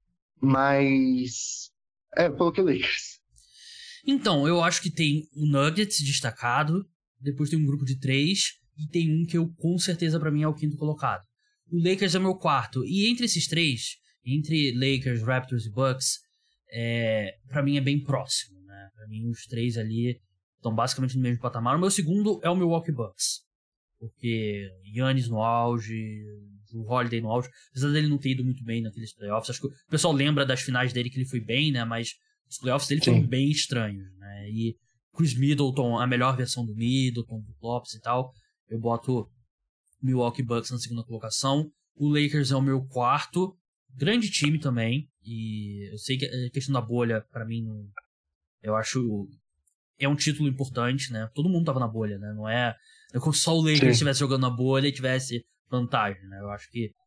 mas é, eu coloquei o Lakers. Então, eu acho que tem o Nuggets destacado, depois tem um grupo de três, e tem um que eu com certeza pra mim é o quinto colocado. O Lakers é o meu quarto, e entre esses três, entre Lakers, Raptors e Bucks, é, pra mim é bem próximo, né? Pra mim os três ali estão basicamente no mesmo patamar. O meu segundo é o Milwaukee Bucks, porque Giannis no auge, o Holiday no auge, apesar dele não ter ido muito bem naqueles playoffs, acho que o pessoal lembra das finais dele que ele foi bem, né? Mas os playoffs dele Sim. foram bem estranhos, né? E Chris Middleton, a melhor versão do Middleton, do Lopes e tal, eu boto Milwaukee Bucks na segunda colocação. O Lakers é o meu quarto, grande time também, e eu sei que a questão da bolha, pra mim, não, eu acho é um título importante, né? Todo mundo tava na bolha, né? Não é, é como se só o Lakers Sim. estivesse jogando na bolha e tivesse vantagem, né? Eu acho que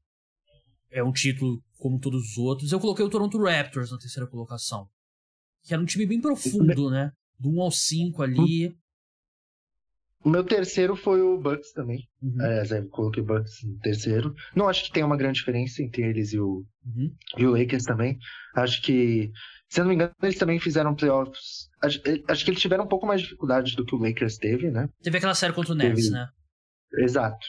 é um título como todos os outros. Eu coloquei o Toronto Raptors na terceira colocação, que era um time bem profundo, né? Do um ao cinco ali. O meu terceiro foi o Bucks também. Uhum, Aliás, eu coloquei o Bucks no terceiro. Não acho que tem uma grande diferença entre eles e o, uhum. e o Lakers também. Acho que, se eu não me engano, eles também fizeram playoffs. Acho, acho que eles tiveram um pouco mais de dificuldade do que o Lakers teve, né? Teve aquela série contra o Nets, Teve. né? Exato.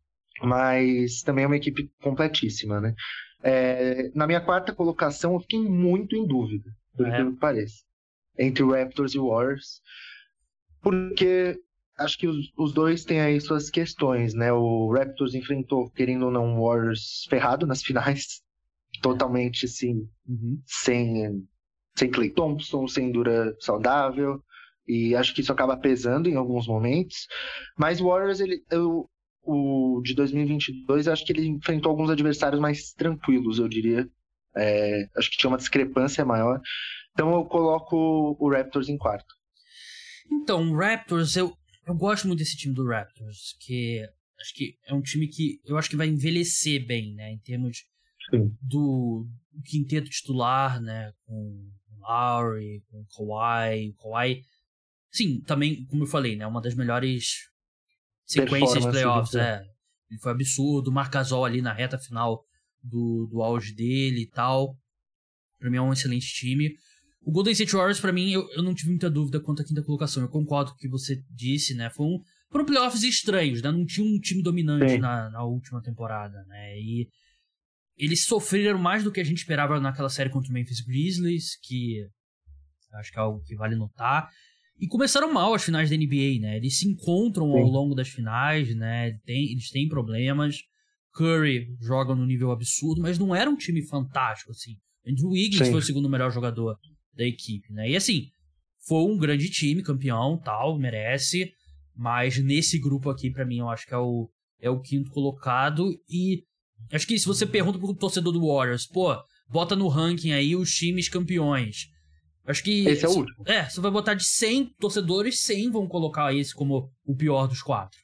Mas também é uma equipe completíssima, né? É, na minha quarta colocação, eu fiquei muito em dúvida, por É. incrível que pareça, entre o Raptors e o Warriors, porque acho que os, os dois têm aí suas questões, né? O Raptors enfrentou, querendo ou não, o Warriors ferrado nas finais, totalmente assim, Uhum. sem, sem Klay Thompson, sem Dura saudável, e acho que isso acaba pesando em alguns momentos. Mas o Warriors, ele, eu, o de dois mil e vinte e dois, acho que ele enfrentou alguns adversários mais tranquilos, eu diria. É, acho que tinha uma discrepância maior. Então eu coloco o Raptors em quarto. Então, o Raptors, eu, eu gosto muito desse time do Raptors, que acho que é um time que eu acho que vai envelhecer bem, né? Em termos Sim. do, do quinteto titular, né? Com o Lowry, com o Kawhi. O Kawhi, sim, também, como eu falei, né? Uma das melhores sequências de Performance playoffs, de- é. Ele foi absurdo. O Marc Gasol ali na reta final do, do auge dele e tal. Pra mim é um excelente time. O Golden State Warriors, pra mim, eu, eu não tive muita dúvida quanto à quinta colocação. Eu concordo com o que você disse, né? Foi um, foram playoffs estranhos, né? Não tinha um time dominante na, na última temporada, né? E eles sofreram mais do que a gente esperava naquela série contra o Memphis Grizzlies, que acho que é algo que vale notar. E começaram mal as finais da N B A, né? Eles se encontram ao Sim. longo das finais, né? Tem, eles têm problemas. Curry joga num nível absurdo, mas não era um time fantástico, assim. Andrew Wiggins Sim. foi o segundo melhor jogador da equipe, né? E assim, foi um grande time, campeão, tal, merece. Mas nesse grupo aqui, pra mim, eu acho que é o, é o quinto colocado. E acho que se você pergunta pro torcedor do Warriors, pô, bota no ranking aí os times campeões. Acho que... Esse é o último. É, você vai botar de cem torcedores, cem vão colocar esse como o pior dos quatro.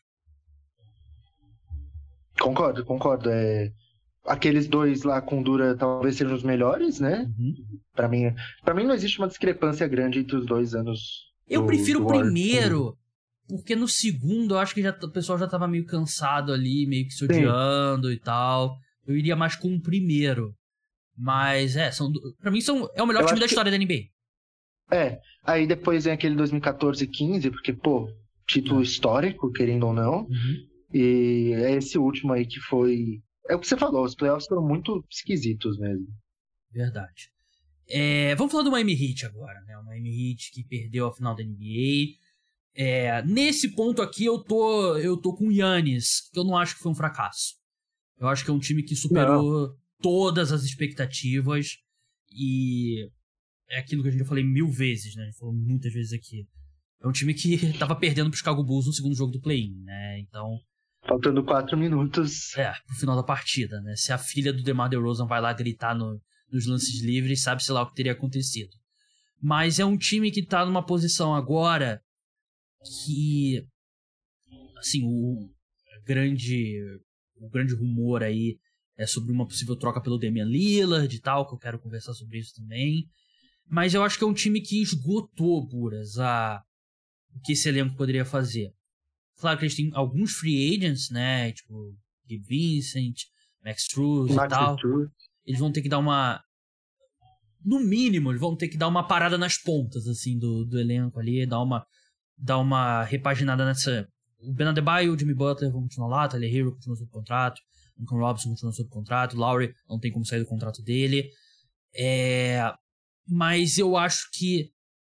Concordo, concordo. É, aqueles dois lá com Dura talvez sejam os melhores, né? Uhum. Pra mim, pra mim não existe uma discrepância grande entre os dois anos. Eu do- prefiro do o Warriors. primeiro, porque no segundo eu acho que já, o pessoal já tava meio cansado ali, meio que se Sim. odiando e tal. Eu iria mais com o primeiro. Mas, é, são, pra mim são, é o melhor Eu time acho da que- história da N B É, aí depois vem aquele dois mil e quatorze e quinze, porque, pô, título É. histórico, querendo ou não. A. Uhum. E é esse último aí que foi. É o que você falou, os playoffs foram muito esquisitos mesmo. Verdade. É, vamos falar do Miami Heat agora, né? O Miami Heat que perdeu a final da N B A. É, nesse ponto aqui eu tô, eu tô com o Giannis, que eu não acho que foi um fracasso. Eu acho que é um time que superou todas as expectativas e é aquilo que a gente já falei mil vezes, né? A gente falou muitas vezes aqui. É um time que tava perdendo pro Chicago Bulls no segundo jogo do play-in, né? Então, Faltando quatro minutos. É, pro final da partida, né? Se a filha do DeMar DeRozan vai lá gritar no, nos lances livres, sabe-se lá o que teria acontecido. Mas é um time que tá numa posição agora que, assim, o grande, o grande rumor aí é sobre uma possível troca pelo Damian Lillard e tal, que eu quero conversar sobre isso também. Mas eu acho que é um time que esgotou, Buras, a, o que esse elenco poderia fazer. Claro que eles têm alguns free agents, né? Tipo, Gabe Vincent, Max Strus e tal. Struz. Eles vão ter que dar uma... No mínimo, eles vão ter que dar uma parada nas pontas, assim, do, do elenco ali. Dar uma, dar uma repaginada nessa... O Ben Adebayo, o Jimmy Butler vão continuar lá. Tyler Hero continua sob contrato. Duncan Robinson continua sob contrato. Lowry não tem como sair do contrato dele. É... Mas eu acho que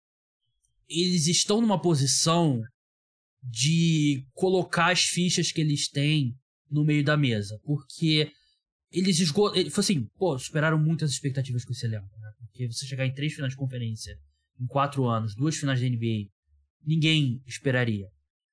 eles estão numa posição de colocar as fichas que eles têm no meio da mesa. Porque eles esgotam... Foi assim, pô, superaram muitas expectativas com esse elenco, né? Porque você chegar em três finais de conferência em quatro anos, duas finais da N B A, ninguém esperaria.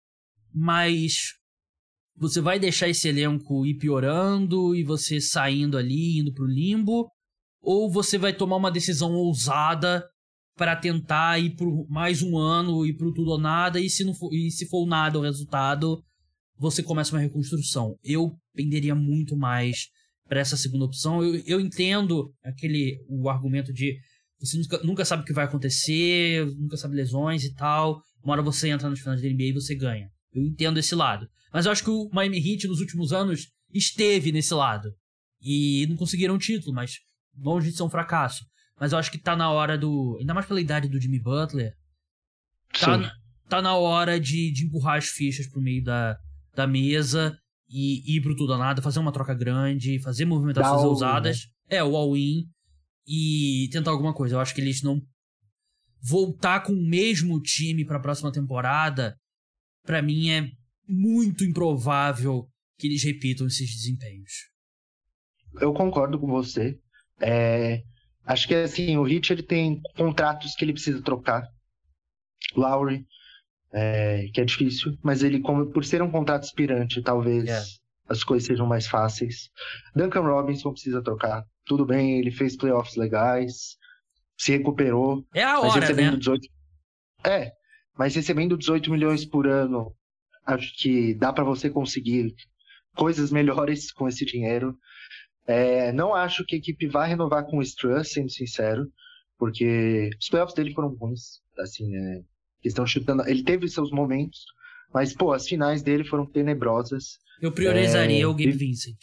Mas você vai deixar esse elenco ir piorando e você saindo ali, indo pro limbo? Ou você vai tomar uma decisão ousada para tentar ir por mais um ano, ir pro tudo ou nada, e se, não for, e se for nada o resultado, você começa uma reconstrução? Eu penderia muito mais para essa segunda opção. Eu, eu entendo aquele, o argumento de você nunca, nunca sabe o que vai acontecer, nunca sabe lesões e tal. Uma hora você entra nos finais da N B A e você ganha. Eu entendo esse lado. Mas eu acho que o Miami Heat nos últimos anos esteve nesse lado. E não conseguiram título, mas longe de ser um fracasso. Mas eu acho que tá na hora do... Ainda mais pela idade do Jimmy Butler. Tá, tá na hora de, de empurrar as fichas pro meio da, da mesa e ir pro tudo ou nada, fazer uma troca grande, fazer movimentações ousadas. Né? É, o all-in. E tentar alguma coisa. Eu acho que eles não... Voltar com o mesmo time pra próxima temporada, pra mim é muito improvável que eles repitam esses desempenhos. Eu concordo com você. É... Acho que assim, o Heat ele tem contratos que ele precisa trocar. Lowry, é, que é difícil, mas ele, como, por ser um contrato expirante, talvez yeah. as coisas sejam mais fáceis. Duncan Robinson precisa trocar. Tudo bem, ele fez playoffs legais, se recuperou. É a hora, recebendo né? dezoito... É, mas recebendo dezoito milhões por ano, acho que dá para você conseguir coisas melhores com esse dinheiro. É, não acho que a equipe vai renovar com o Strus, sendo sincero, porque os playoffs dele foram ruins, assim, é, estão chutando, ele teve seus momentos, mas, pô, as finais dele foram tenebrosas. Eu priorizaria é, o Gabe e, Vincent.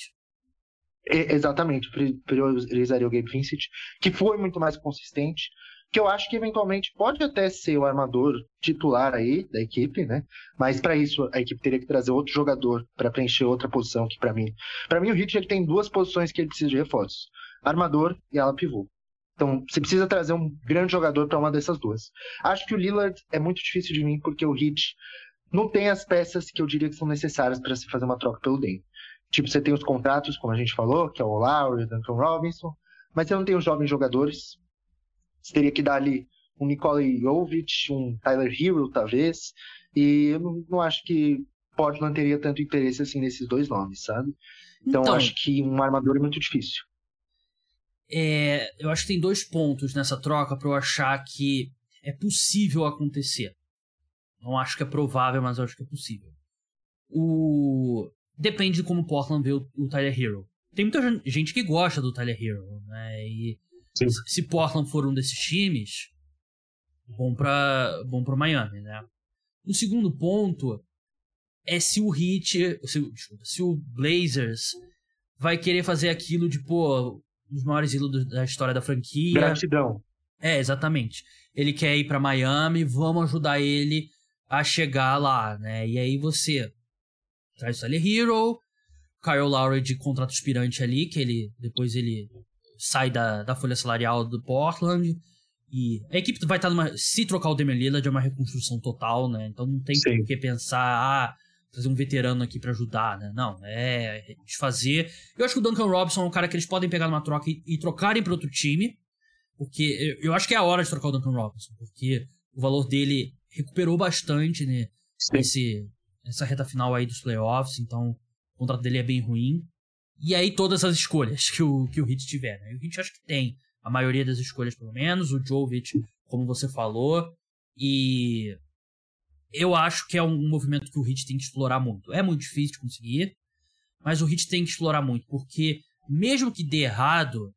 É, exatamente, priorizaria o Gabe Vincent, que foi muito mais consistente, que eu acho que eventualmente pode até ser o armador titular aí da equipe, né? Mas para isso a equipe teria que trazer outro jogador para preencher outra posição que para mim, para mim o Heat ele tem duas posições que ele precisa de reforços: armador e ala pivô. Então você precisa trazer um grande jogador para uma dessas duas. Acho que o Lillard é muito difícil de mim porque o Heat não tem as peças que eu diria que são necessárias para se fazer uma troca pelo Dame. Tipo, você tem os contratos, como a gente falou, que é o Lowry, o Duncan Robinson, mas você não tem os jovens jogadores. Você teria que dar ali um Nikola Jovic, um Tyler Hero, talvez. E eu não, não acho que Portland teria tanto interesse assim nesses dois nomes, sabe? Então, então acho que um armador é muito difícil. É, eu acho que tem dois pontos nessa troca para eu achar que é possível acontecer. Não acho que é provável, mas eu acho que é possível. O... Depende de como o Portland vê o, o Tyler Hero. Tem muita gente que gosta do Tyler Hero, né? E Sim. se Portland for um desses times, bom pra, bom pra Miami, né? O segundo ponto é se o Heat, se, desculpa, se o Blazers vai querer fazer aquilo de, pô, um dos maiores ídolos da história da franquia. Gratidão. É, exatamente. Ele quer ir pra Miami, vamos ajudar ele a chegar lá, né? E aí você traz o Tyler Hero, Kyle Lowry de contrato expirante ali, que ele depois ele sai da, da folha salarial do Portland, e a equipe vai estar numa... Se trocar o Damian Lillard é uma reconstrução total, né? Então não tem por que pensar, ah, trazer um veterano aqui pra ajudar, né? Não, é desfazer. Eu acho que o Duncan Robinson é um cara que eles podem pegar numa troca e, e trocarem pra outro time, porque eu, eu acho que é a hora de trocar o Duncan Robinson, porque o valor dele recuperou bastante, né? Nesse, nessa reta final aí dos playoffs, então o contrato dele é bem ruim. E aí todas as escolhas que o, que o Heat tiver, né? O Heat acho que tem a maioria das escolhas, pelo menos. O Jovic, como você falou. E eu acho que é um movimento que o Heat tem que explorar muito. É muito difícil de conseguir, mas o Heat tem que explorar muito, porque mesmo que dê errado,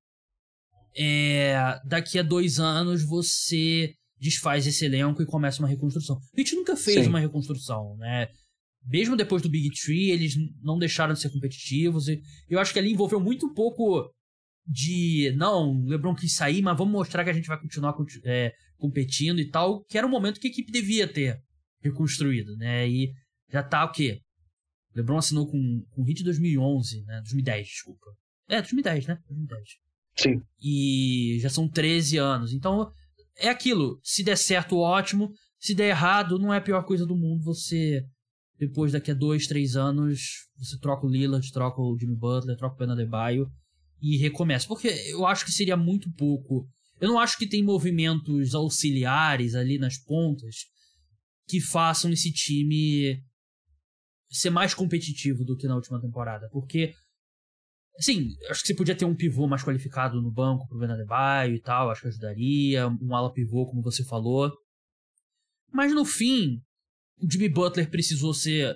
é, daqui a dois anos você desfaz esse elenco e começa uma reconstrução. O Heat nunca fez Sim. uma reconstrução, né? Mesmo depois do Big Three, eles não deixaram de ser competitivos. E eu acho que ali envolveu muito pouco de... Não, o LeBron quis sair, mas vamos mostrar que a gente vai continuar é, competindo e tal. Que era o momento que a equipe devia ter reconstruído, né? E já tá o quê? O LeBron assinou com, com o Heat em dois mil e onze, né? dois mil e dez, desculpa. É, dois mil e dez, né? dois mil e dez. Sim. E já são treze anos. Então, é aquilo. Se der certo, ótimo. Se der errado, não é a pior coisa do mundo você... Depois, daqui a dois, três anos, você troca o Lillard, troca o Jimmy Butler, troca o Ben Adebayo e recomeça. Porque eu acho que seria muito pouco. Eu não acho que tem movimentos auxiliares ali nas pontas que façam esse time ser mais competitivo do que na última temporada. Porque, assim, acho que você podia ter um pivô mais qualificado no banco pro Ben Adebayo e tal, acho que ajudaria. Um ala pivô, como você falou. Mas no fim... O Jimmy Butler precisou ser,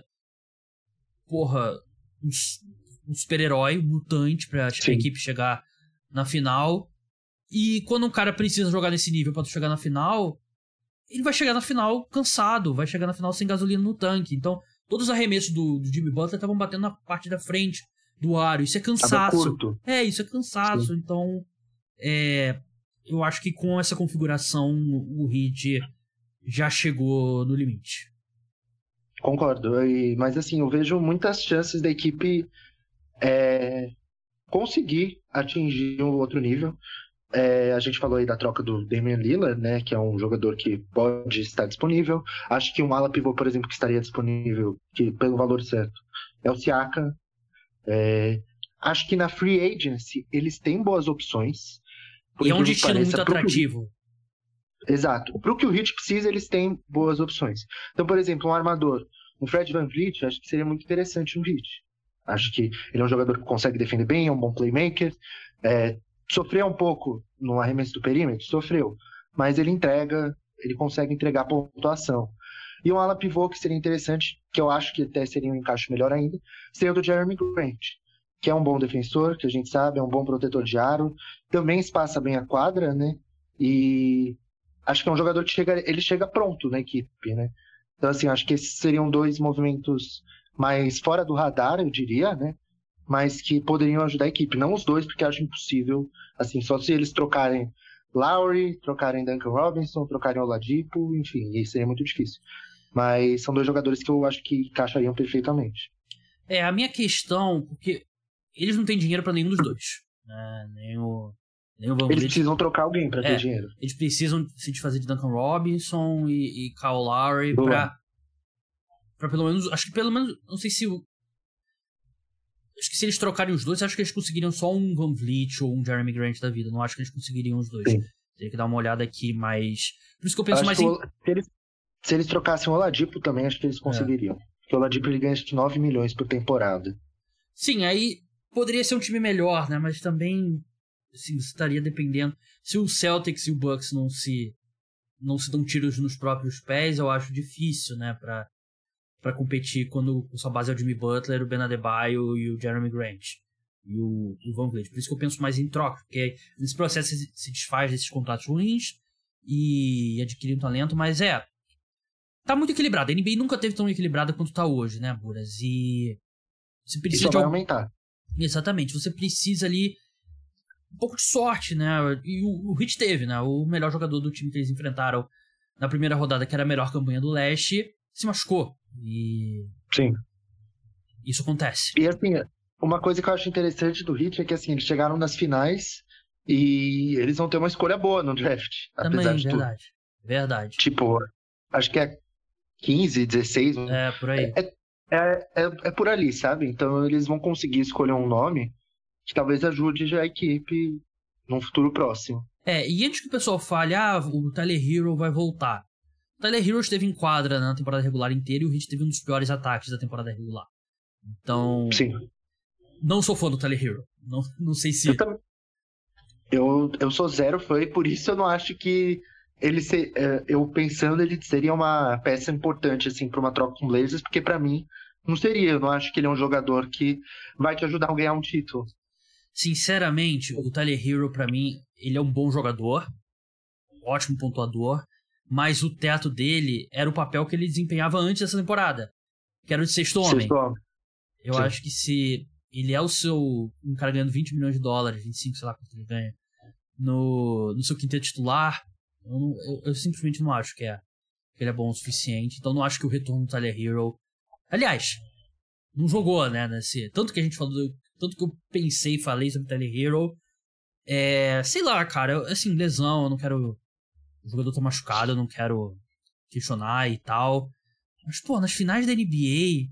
porra, um, um super-herói, um mutante pra Sim. a equipe chegar na final. E quando um cara precisa jogar nesse nível pra tu chegar na final, ele vai chegar na final cansado, vai chegar na final sem gasolina no tanque. Então, todos os arremessos do, do Jimmy Butler estavam batendo na parte da frente do aro. Isso é cansaço. É, isso é cansaço. Sim. Então, é, eu acho que com essa configuração, o Heat já chegou no limite. Concordo, e, mas assim, eu vejo muitas chances da equipe é, conseguir atingir um outro nível. É, a gente falou aí da troca do Damian Lillard, né, que é um jogador que pode estar disponível. Acho que um ala pivô, por exemplo, que estaria disponível, que pelo valor certo, é o Siakam. É, acho que na Free Agency eles têm boas opções. E é um destino muito atrativo. Exato. Para o que o Heat precisa, eles têm boas opções. Então, por exemplo, um armador, um Fred VanVleet, acho que seria muito interessante no Heat. Acho que ele é um jogador que consegue defender bem, é um bom playmaker. É, sofreu um pouco no arremesso do perímetro? Sofreu. Mas ele entrega, ele consegue entregar pontuação. E um ala pivô que seria interessante, que eu acho que até seria um encaixe melhor ainda, seria o do Jeremy Grant, que é um bom defensor, que a gente sabe, é um bom protetor de aro, também espaça bem a quadra, né? E... acho que é um jogador que chega, ele chega pronto na equipe, né? Então, assim, acho que esses seriam dois movimentos mais fora do radar, eu diria, né? Mas que poderiam ajudar a equipe. Não os dois, porque acho impossível, assim, só se eles trocarem Lowry, trocarem Duncan Robinson, trocarem Oladipo, enfim, e seria muito difícil. Mas são dois jogadores que eu acho que encaixariam perfeitamente. É, a minha questão, porque eles não têm dinheiro para nenhum dos dois, né? Nem o... Eles precisam trocar alguém pra ter é, dinheiro. Eles precisam se desfazer de Duncan Robinson e, e Kyle Lowry pra, pra pelo menos... Acho que pelo menos... Não sei se... Acho que se eles trocarem os dois, acho que eles conseguiriam só um VanVleet ou um Jeremy Grant da vida. Não acho que eles conseguiriam os dois. Sim. Teria que dar uma olhada aqui, mas... Por isso que eu penso eu mais em... O, se, eles, se eles trocassem o Oladipo também, acho que eles conseguiriam. É. Porque o Oladipo ele ganha nove milhões por temporada. Sim, aí poderia ser um time melhor, né? Mas também... Assim, você estaria dependendo. Se o Celtics e o Bucks não se não se dão tiros nos próprios pés, eu acho difícil, né, pra, pra competir quando a sua base é o Jimmy Butler, o Ben Adebayo e o Jeremy Grant e o, o VanVleet. Por isso que eu penso mais em troca, porque nesse processo se, se desfaz desses contratos ruins e adquire um talento, mas é tá muito equilibrado. A N B A nunca teve tão equilibrada quanto tá hoje, né, Buras? E você precisa Isso de vai algum... aumentar. Exatamente, você precisa ali um pouco de sorte, né? E o, o Heat teve, né? O melhor jogador do time que eles enfrentaram na primeira rodada, que era a melhor campanha do leste, se machucou. E... Sim. Isso acontece. E assim, uma coisa que eu acho interessante do Heat é que assim, eles chegaram nas finais e eles vão ter uma escolha boa no draft. Também, apesar de verdade. Tudo. Verdade. Tipo, acho que é quinze, dezesseis. É, por aí. É, é, é, é por ali, sabe? Então eles vão conseguir escolher um nome que talvez ajude já a equipe num futuro próximo. É, e antes que o pessoal fale, ah, o Tyler Hero vai voltar. O Tyler Hero esteve em quadra na temporada regular inteira e o Heat teve um dos piores ataques da temporada regular. Então, Sim. Não sou fã do Tyler Hero. Não, não sei se... Eu, tam... eu, eu sou zero fã e por isso eu não acho que ele se... eu pensando ele seria uma peça importante assim para uma troca com o Blazers, porque para mim não seria. Eu não acho que ele é um jogador que vai te ajudar a ganhar um título. Sinceramente, o Tyler Hero para mim, ele é um bom jogador, ótimo pontuador, mas o teto dele era o papel que ele desempenhava antes dessa temporada, que era o de sexto homem. Sexto homem. Eu Sim. acho que se ele é o seu... um cara ganhando vinte milhões de dólares, vinte e cinco, sei lá quanto ele ganha, no, no seu quinteto titular, eu, não, eu, eu simplesmente não acho que, é, que ele é bom o suficiente. Então não acho que o retorno do Tyler Hero... Aliás, não jogou, né? Nesse, tanto que a gente falou... Tanto que eu pensei e falei sobre o Tyler Hero. É, sei lá, cara. Eu, assim, lesão, eu não quero... O jogador tá machucado, eu não quero questionar e tal. Mas, pô, nas finais da N B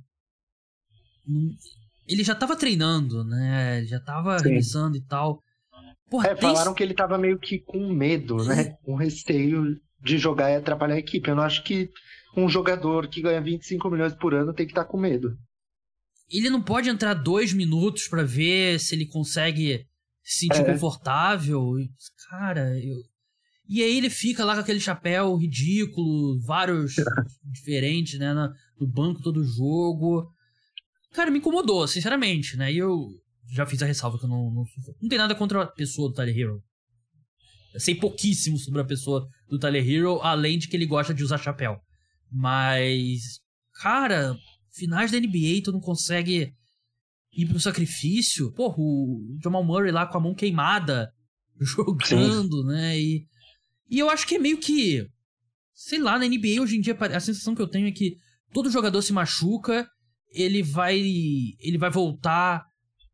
A... Ele já tava treinando, né? Ele já tava arremessando e tal. Porra, é, falaram tem... que ele tava meio que com medo, né? Com receio de jogar e atrapalhar a equipe. Eu não acho que um jogador que ganha vinte e cinco milhões por ano tem que estar com medo. Ele não pode entrar dois minutos pra ver se ele consegue se sentir é. confortável. Cara, eu... E aí ele fica lá com aquele chapéu ridículo, vários diferentes, né? No banco todo jogo. Cara, me incomodou, sinceramente, né? E eu já fiz a ressalva que eu não... Não, não tem nada contra a pessoa do Tyler Hero. Eu sei pouquíssimo sobre a pessoa do Tyler Hero, além de que ele gosta de usar chapéu. Mas, cara, finais da N B A tu não consegue ir pro sacrifício. Porra, o Jamal Murray lá com a mão queimada, jogando, Sim. né? E, e eu acho que é meio que... Sei lá, na N B A hoje em dia a sensação que eu tenho é que todo jogador se machuca... Ele vai, ele vai voltar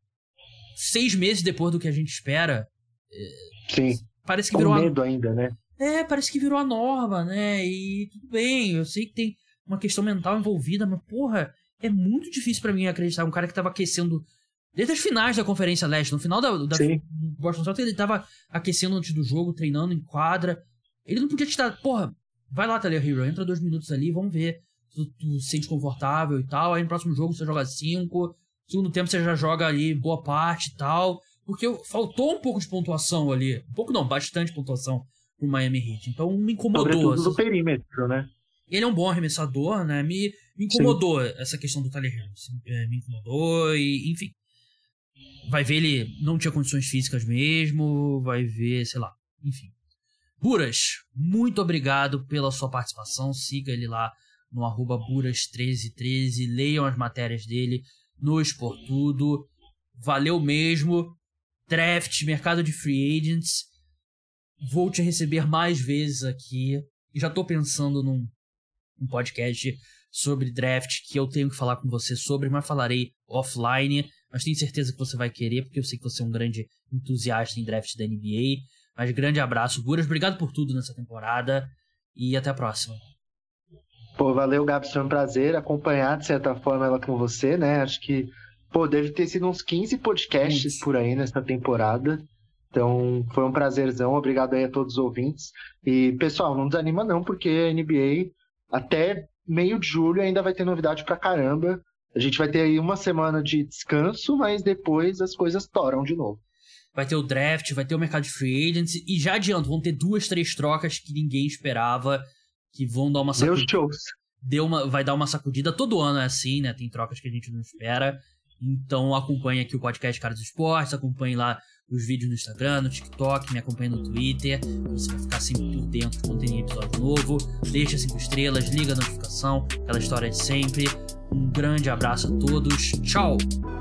seis meses depois do que a gente espera. Sim. Parece que virou com medo a... ainda, né? É, parece que virou a norma, né? E tudo bem, eu sei que tem uma questão mental envolvida, mas, porra, é muito difícil pra mim acreditar. Um cara que tava aquecendo desde as finais da Conferência Leste, no final da, da Boston Celtics, ele tava aquecendo antes do jogo, treinando em quadra. Ele não podia te dar, porra, vai lá, Tyler Hero, entra dois minutos ali, vamos ver. Tu, tu se sente confortável e tal, aí no próximo jogo você joga cinco, segundo tempo você já joga ali boa parte e tal, porque faltou um pouco de pontuação ali, um pouco não, bastante pontuação pro Miami Heat, então me incomodou. Sobretudo do perímetro, né? Ele é um bom arremessador, né, me, me incomodou Sim. essa questão do Tyler Hero, me incomodou e, enfim, vai ver ele não tinha condições físicas mesmo, vai ver, sei lá, enfim. Buras, muito obrigado pela sua participação, siga ele lá no arroba Buras treze treze, leiam as matérias dele no Esportudo, valeu mesmo. Draft, mercado de free agents, vou te receber mais vezes aqui, e já tô pensando num, num podcast sobre draft que eu tenho que falar com você sobre, mas falarei offline, mas tenho certeza que você vai querer, porque eu sei que você é um grande entusiasta em draft da N B A, mas grande abraço, Buras, obrigado por tudo nessa temporada, e até a próxima. Pô, valeu, Gabs, foi um prazer acompanhar, de certa forma, ela com você, né? Acho que, pô, deve ter sido uns quinze podcasts Muito. por aí nessa temporada. Então, foi um prazerzão. Obrigado aí a todos os ouvintes. E, pessoal, não desanima não, porque a N B A, até meio de julho, ainda vai ter novidade pra caramba. A gente vai ter aí uma semana de descanso, mas depois as coisas toram de novo. Vai ter o draft, vai ter o mercado de free agents, e já adianto, vão ter duas, três trocas que ninguém esperava, que vão dar uma sacudida. Deus Deu uma, vai dar uma sacudida. Todo ano é assim, né? Tem trocas que a gente não espera. Então acompanhe aqui o podcast Cara dos Esportes, acompanhe lá os vídeos no Instagram, no TikTok, me acompanhe no Twitter. Você vai ficar sempre por dentro quando tem episódio novo. Deixa cinco estrelas, liga a notificação, aquela história de sempre. Um grande abraço a todos. Tchau!